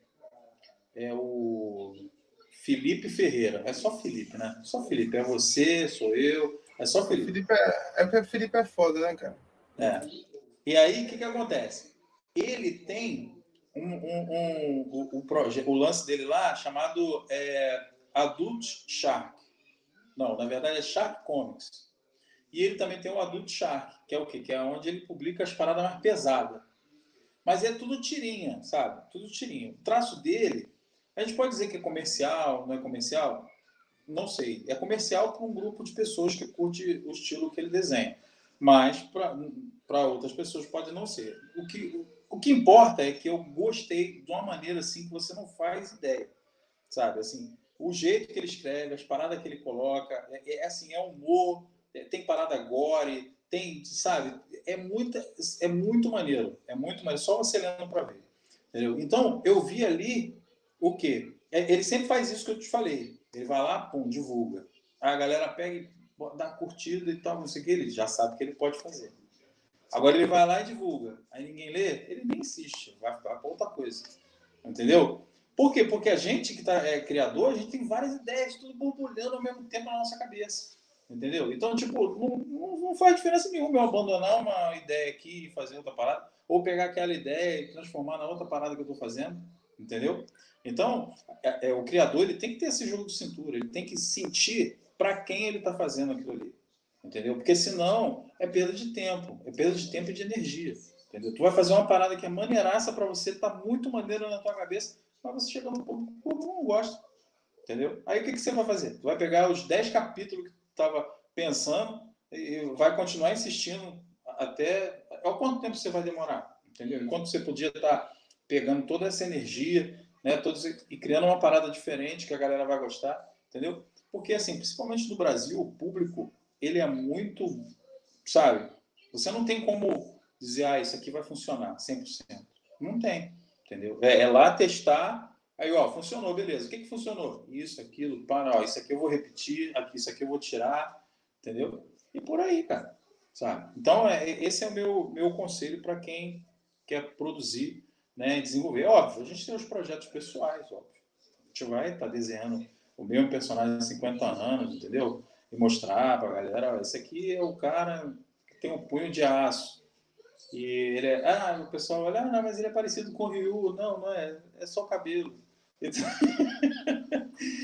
Speaker 2: é o Felipe Ferreira. É só Felipe, né? Só Felipe. É você, sou eu, é só Felipe.
Speaker 1: O Felipe é, é porque o Felipe é foda, né, cara?
Speaker 2: É. E aí, o que, que acontece? Ele tem um, um, um, o, o, proje- o lance dele lá chamado é, Adult Shark. Não, na verdade é Shark Comics. E ele também tem o Adult Shark, que é o quê? Que é onde ele publica as paradas mais pesadas. Mas é tudo tirinha, sabe? Tudo tirinha. O traço dele, a gente pode dizer que é comercial, não é comercial? Não sei. É comercial para um grupo de pessoas que curte o estilo que ele desenha. Mas para outras pessoas pode não ser. O que, o que importa é que eu gostei de uma maneira assim que você não faz ideia. Sabe? Assim, o jeito que ele escreve, as paradas que ele coloca, é, é assim, é humor, é, tem parada gore, tem, sabe? É, muita, é muito maneiro. É muito maneiro. Só você lendo para ver. Entendeu? Então, eu vi ali o quê? Ele sempre faz isso que eu te falei. Ele vai lá, pum, divulga. Aí a galera pega e dá curtida e tal, não sei o que, ele já sabe que ele pode fazer. Agora ele vai lá e divulga. Aí ninguém lê, ele nem insiste, vai, vai para outra coisa. Entendeu? Por quê? Porque a gente que tá, é criador, a gente tem várias ideias, tudo borbulhando ao mesmo tempo na nossa cabeça. Entendeu? Então, tipo, não, não, não faz diferença nenhuma eu abandonar uma ideia aqui e fazer outra parada, ou pegar aquela ideia e transformar na outra parada que eu estou fazendo. Entendeu? Então, é, é, o criador ele tem que ter esse jogo de cintura, ele tem que sentir para quem ele está fazendo aquilo ali. Entendeu? Porque senão é perda de tempo, é perda de tempo e de energia. Entendeu? Tu vai fazer uma parada que é maneiraça para você, tá muito maneira na tua cabeça, mas você chega no público, o público não gosta. Entendeu? Aí o que, que você vai fazer? Tu vai pegar os dez capítulos que tu estava pensando e vai continuar insistindo até... Olha quanto tempo você vai demorar, entendeu? Enquanto você podia estar pegando toda essa energia, né, todos, e criando uma parada diferente que a galera vai gostar, entendeu? Porque, assim, principalmente no Brasil, o público, ele é muito, sabe? Você não tem como dizer, ah, isso aqui vai funcionar cem por cento. Não tem, entendeu? É, é lá testar, aí, ó, funcionou, beleza. O que que funcionou? Isso, aquilo, para, ó, isso aqui eu vou repetir, aqui, isso aqui eu vou tirar, entendeu? E por aí, cara, sabe? Então, é, esse é o meu, meu conselho para quem quer produzir, né, e desenvolver. Óbvio, a gente tem os projetos pessoais, óbvio. A gente vai estar tá desenhando o mesmo personagem de cinquenta anos, entendeu? E mostrar para a galera, ó, esse aqui é o cara que tem um punho de aço. E ele é... Ah, o pessoal olha, ah, não, mas ele é parecido com o Ryu. Não, não é. É só cabelo. Então,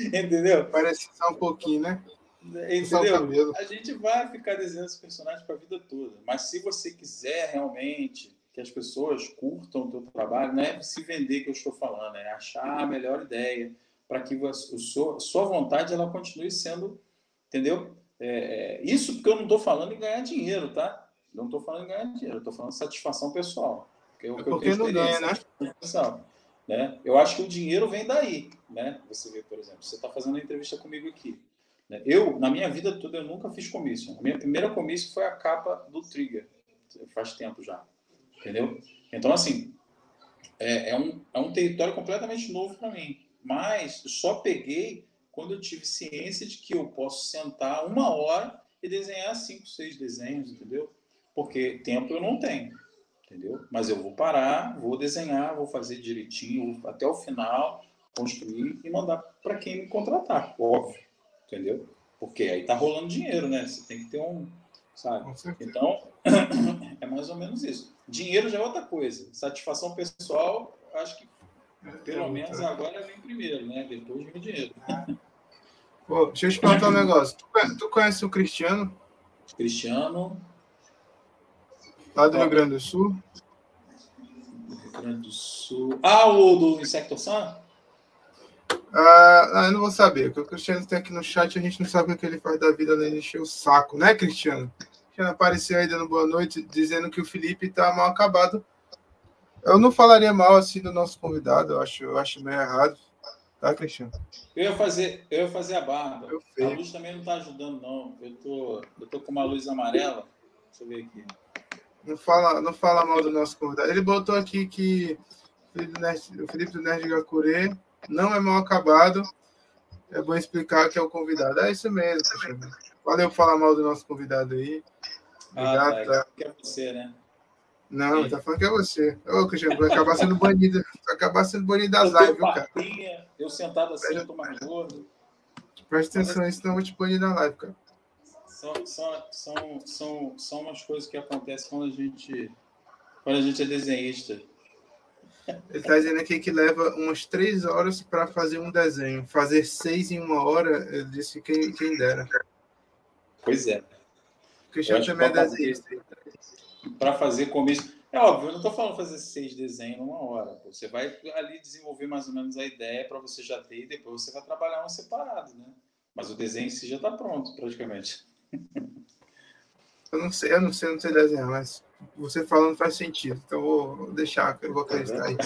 Speaker 2: Entendeu?
Speaker 1: Parece só um pouquinho, né?
Speaker 2: Entendeu? A gente vai ficar desenhando esse personagem para a vida toda. Mas se você quiser realmente que as pessoas curtam o teu trabalho, não é se vender que eu estou falando, é achar a melhor ideia para que a sua, sua vontade ela continue sendo, entendeu? É, isso porque eu não estou falando em ganhar dinheiro, tá? Não estou falando em ganhar dinheiro, eu estou falando de satisfação pessoal. Que é o que
Speaker 1: porque
Speaker 2: eu tenho
Speaker 1: não ganha, né?
Speaker 2: Pessoal, né? Eu acho que o dinheiro vem daí, né? Você vê, por exemplo, você está fazendo uma entrevista comigo aqui. Eu, na minha vida toda, eu nunca fiz comício. A minha primeira comício foi a capa do Trigger. Faz tempo já. Entendeu? Então, assim, é, é, um, é um território completamente novo para mim. Mas só peguei quando eu tive ciência de que eu posso sentar uma hora e desenhar cinco, seis desenhos, entendeu? Porque tempo eu não tenho, entendeu? Mas eu vou parar, vou desenhar, vou fazer direitinho até o final, construir e mandar para quem me contratar, óbvio. Entendeu? Porque aí tá rolando dinheiro, né? Você tem que ter um, sabe? Então, é mais ou menos isso. Dinheiro já é outra coisa. Satisfação pessoal, acho que pelo menos agora vem primeiro, né? Depois vem o dinheiro.
Speaker 1: Pô, deixa eu te perguntar um negócio. Tu, tu conhece o Cristiano?
Speaker 2: Cristiano.
Speaker 1: Lá do Rio Grande do Sul?
Speaker 2: Rio Grande do Sul. Ah, o do Insecto Sun?
Speaker 1: Ah, eu não vou saber, porque o Cristiano tem aqui no chat, a gente não sabe o que ele faz da vida além de encher o saco, né, Cristiano? Cristiano apareceu aí dando boa noite, dizendo que o Felipe tá mal acabado. Eu não falaria mal assim do nosso convidado, eu acho, eu acho meio errado, tá, Cristiano?
Speaker 2: Eu ia fazer, eu ia fazer a barba. A luz também não tá ajudando, não. Eu tô, eu tô com uma luz amarela. Deixa eu ver aqui.
Speaker 1: Não fala, não fala mal do nosso convidado. Ele botou aqui que o Felipe do Nerd Gakure não é mal acabado. É bom explicar que é o convidado. É isso mesmo, Cristiano. Valeu por falar mal do nosso convidado aí.
Speaker 2: Obrigado. Ah, tá. Que é você, né?
Speaker 1: Não, ele tá falando que é você. Ô, Cristiano, vai acabar sendo banido. Vai acabar sendo banido das lives, viu, cara?
Speaker 2: Eu sentado assim, eu tô mais gordo.
Speaker 1: Presta atenção aí, senão eu vou te banir na live, cara.
Speaker 2: São, são, são, são, são umas coisas que acontecem quando a gente, quando a gente é desenhista.
Speaker 1: Ele está dizendo aqui que leva umas três horas para fazer um desenho. Fazer seis em uma hora, ele disse quem, quem dera.
Speaker 2: Pois é.
Speaker 1: O Cristiano também é desenhista.
Speaker 2: Para fazer comício. É óbvio, eu não estou falando fazer seis desenhos numa hora. Pô. Você vai ali desenvolver mais ou menos a ideia para você já ter e depois você vai trabalhar um separado, né? Mas o desenho em si já está pronto, praticamente.
Speaker 1: Eu não sei, eu não sei, eu não sei desenhar, mas você falando faz sentido. Então eu vou deixar, eu vou acreditar aí.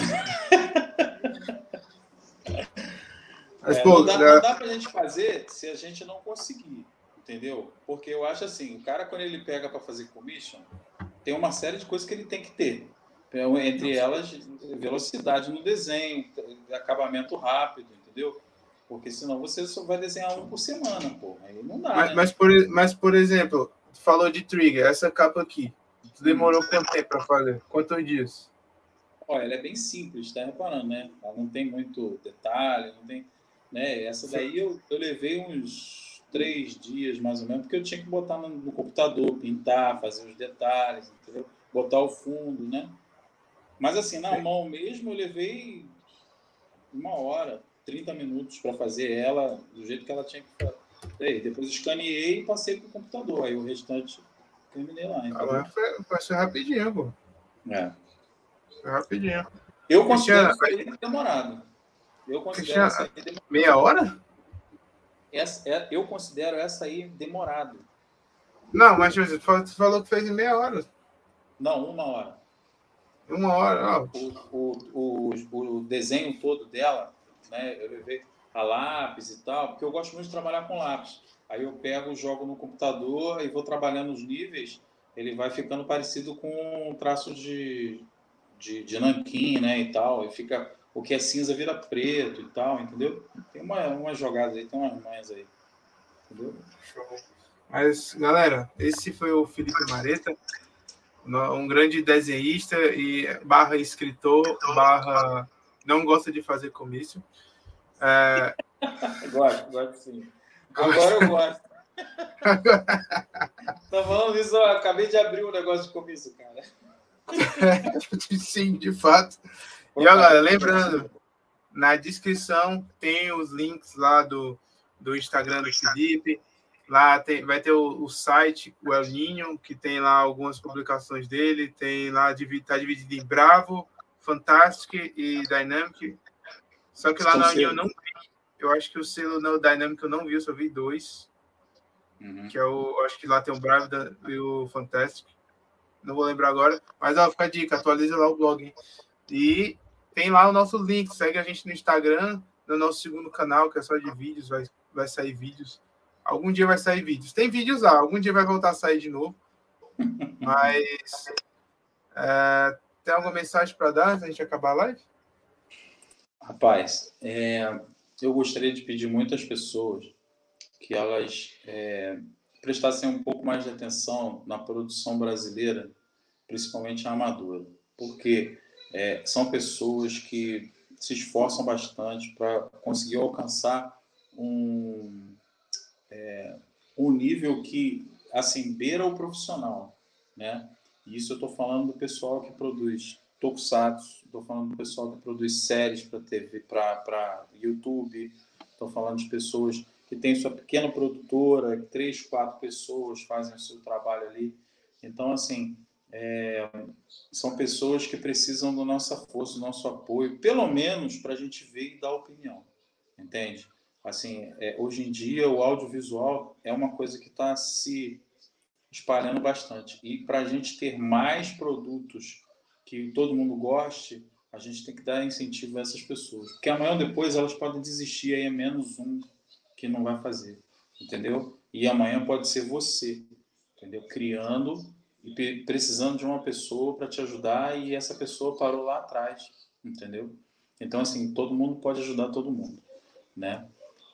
Speaker 1: Mas,
Speaker 2: é,
Speaker 1: pô,
Speaker 2: não, dá,
Speaker 1: já...
Speaker 2: não dá pra gente fazer se a gente não conseguir, entendeu? Porque eu acho assim, o cara quando ele pega para fazer commission, tem uma série de coisas que ele tem que ter. Entre elas, velocidade no desenho, acabamento rápido, entendeu? Porque senão você só vai desenhar um por semana, pô. Aí não dá,
Speaker 1: mas,
Speaker 2: né?
Speaker 1: mas, por, mas, por exemplo, tu falou de Trigger, essa capa aqui. Tu demorou hum. quanto tempo para fazer? Quantos dias?
Speaker 2: Olha, ela é bem simples, tá reparando, né? Ela não tem muito detalhe, não tem... Né? Essa daí eu, eu levei uns três dias, mais ou menos, porque eu tinha que botar no, no computador, pintar, fazer os detalhes, entendeu? Botar o fundo, né? Mas assim, na mão mesmo, eu levei uma hora, trinta minutos para fazer ela do jeito que ela tinha que fazer. Depois escaneei e passei para o computador. Aí o restante terminei lá.
Speaker 1: Ah, foi, foi, foi rapidinho, pô.
Speaker 2: É.
Speaker 1: Foi rapidinho.
Speaker 2: Eu considero isso aí demorado. Eu considero essa aí demorado.
Speaker 1: Meia hora?
Speaker 2: Essa, é, eu considero essa aí demorado.
Speaker 1: Não, mas você falou que fez em meia hora.
Speaker 2: Não, uma hora.
Speaker 1: Uma hora, ó.
Speaker 2: O, o, o, o desenho todo dela, né? Eu levei a lápis e tal, porque eu gosto muito de trabalhar com lápis. Aí eu pego, jogo no computador e vou trabalhando os níveis, ele vai ficando parecido com um traço de, de, de nanquim, né? E tal. E fica, o que é cinza vira preto e tal, entendeu? Tem uma, uma jogada aí, tem umas manhas aí. Entendeu?
Speaker 1: Show. Mas, galera, esse foi o Felipe Mareta. Um grande desenhista e barra escritor, barra não gosta de fazer comício. É...
Speaker 2: gosto, gosto sim. Agora eu gosto. Tá falando isso, eu acabei de abrir um negócio de comício, cara.
Speaker 1: Sim, de fato. E olha, lembrando, Na descrição tem os links lá do, do Instagram do Felipe. Lá tem, vai ter o, o site, o El Ninho, que tem lá algumas publicações dele. Tem lá, está dividido em Bravo, Fantastic e Dynamic. Só que lá no El Ninho eu não vi. Eu acho que o selo no Dynamic eu não vi, eu só vi dois. Uhum. Que é o, acho que lá tem o Bravo e o Fantastic. Não vou lembrar agora. Mas ó, fica a dica, atualiza lá o blog, hein? E tem lá o nosso link. Segue a gente no Instagram, no nosso segundo canal, que é só de vídeos, vai, vai sair vídeos. Algum dia vai sair vídeos. Tem vídeos lá, algum dia vai voltar a sair de novo. Mas é, tem alguma mensagem para dar antes da gente acabar a live?
Speaker 2: Rapaz, é, eu gostaria de pedir muito às pessoas que elas é, prestassem um pouco mais de atenção na produção brasileira, principalmente a amadora. Porque é, são pessoas que se esforçam bastante para conseguir alcançar um... É, um nível que, assim, beira o profissional, né? E isso eu estou falando do pessoal que produz tokusatsu, estou falando do pessoal que produz séries para T V, para YouTube, estou falando de pessoas que têm sua pequena produtora, três, quatro pessoas fazem o seu trabalho ali. Então, assim, é, são pessoas que precisam da nossa força, do nosso apoio, pelo menos para a gente ver e dar opinião, entende? Assim, é, hoje em dia o audiovisual é uma coisa que está se espalhando bastante. E para a gente ter mais produtos que todo mundo goste, a gente tem que dar incentivo a essas pessoas. Porque amanhã ou depois elas podem desistir, aí é menos um que não vai fazer, entendeu? E amanhã pode ser você, entendeu? Criando e precisando de uma pessoa para te ajudar e essa pessoa parou lá atrás, entendeu? Então, assim, todo mundo pode ajudar todo mundo, né?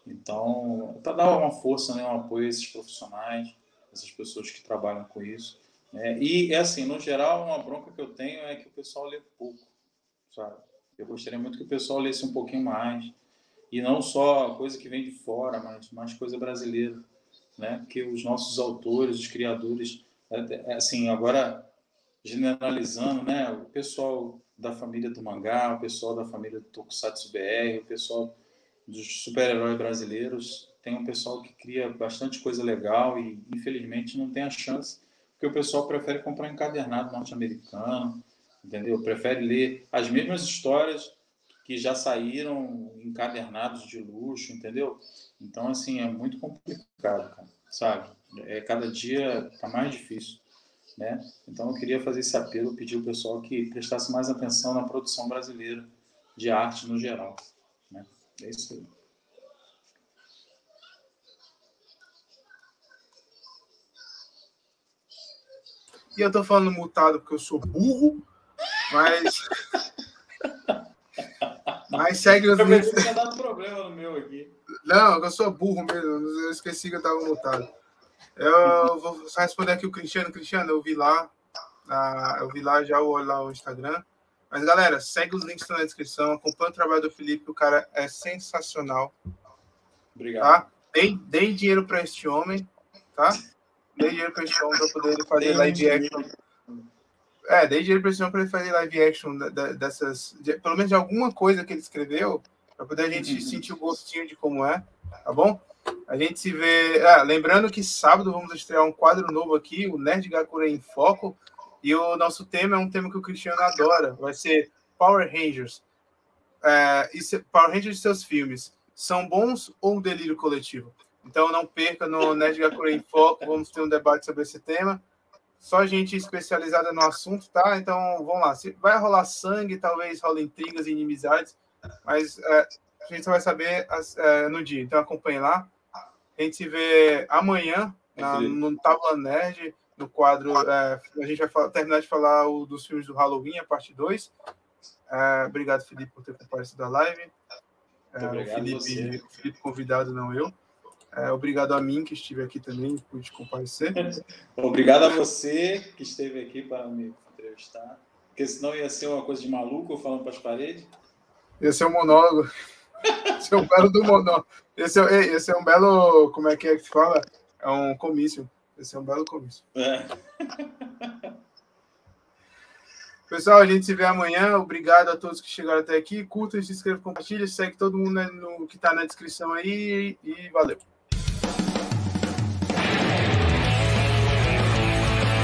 Speaker 2: Então, para dar uma força, né, um apoio a esses profissionais, essas pessoas que trabalham com isso. Né? E, é assim, no geral, uma bronca que eu tenho é que o pessoal lê pouco, sabe? Eu gostaria muito que o pessoal lesse um pouquinho mais. E não só coisa que vem de fora, mas mais coisa brasileira, né? Porque os nossos autores, os criadores, assim, agora generalizando, né? O pessoal da família do mangá, o pessoal da família do Tokusatsu B R, o pessoal dos super-heróis brasileiros, tem um pessoal que cria bastante coisa legal e, infelizmente, não tem a chance, porque o pessoal prefere comprar encadernado norte-americano, entendeu? Prefere ler as mesmas histórias que já saíram encadernados de luxo, entendeu? Então, assim, é muito complicado, cara, sabe? É, cada dia tá mais difícil, né? Então, eu queria fazer esse apelo, pedir ao pessoal que prestasse mais atenção na produção brasileira de arte no geral, né? É isso aí.
Speaker 1: E eu tô falando mutado porque eu sou burro, mas... mas segue os links.
Speaker 2: Eu pensei que tinha dado problema no meu aqui.
Speaker 1: Não, eu sou burro mesmo, eu esqueci que eu tava mutado. Eu vou só responder aqui o Cristiano. Cristiano, eu vi lá, eu vi lá já o, lá o Instagram. Mas, galera, segue os links na descrição, acompanha o trabalho do Felipe, o cara é sensacional.
Speaker 2: Obrigado.
Speaker 1: Tá? Deem, deem dinheiro para este homem, tá? Deem dinheiro para este homem para poder ele fazer live action. É, deem dinheiro para esse homem para ele fazer live action dessas, de, pelo menos de alguma coisa que ele escreveu, para poder a gente uhum. sentir o gostinho de como é, tá bom? A gente se vê... Ah, lembrando que sábado vamos estrear um quadro novo aqui, o Nerd Gakure em Foco, e o nosso tema é um tema que o Cristiano adora, vai ser Power Rangers. É, e se, Power Rangers e seus filmes, são bons ou um delírio coletivo? Então não perca no Nerd Gakure em Foco, vamos ter um debate sobre esse tema. Só gente especializada no assunto, tá? Então vamos lá, se vai rolar sangue, talvez role intrigas e inimizades, mas é, a gente só vai saber é, no dia, então acompanhe lá. A gente se vê amanhã na, no Tábua Nerd, no quadro. É, a gente vai falar, terminar de falar o, dos filmes do Halloween, a parte dois. É, obrigado, Felipe, por ter comparecido da live. É, o, Felipe, o Felipe convidado, não eu. É, obrigado a mim, que estive aqui também, por te comparecer.
Speaker 2: Obrigado a você, que esteve aqui para me entrevistar. Porque senão ia ser uma coisa de maluco, eu falando para as paredes.
Speaker 1: Ia ser um monólogo. Esse é um belo do monólogo. Esse é, esse é um belo... Como é que é que se fala? É um comício. Esse é um belo comício. É. Pessoal, a gente se vê amanhã. Obrigado a todos que chegaram até aqui. Curta, se inscreva, compartilha, segue todo mundo no, que está na descrição aí e valeu.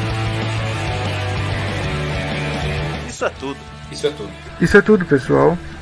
Speaker 3: Isso é tudo.
Speaker 2: Isso é tudo.
Speaker 1: Isso é tudo, pessoal.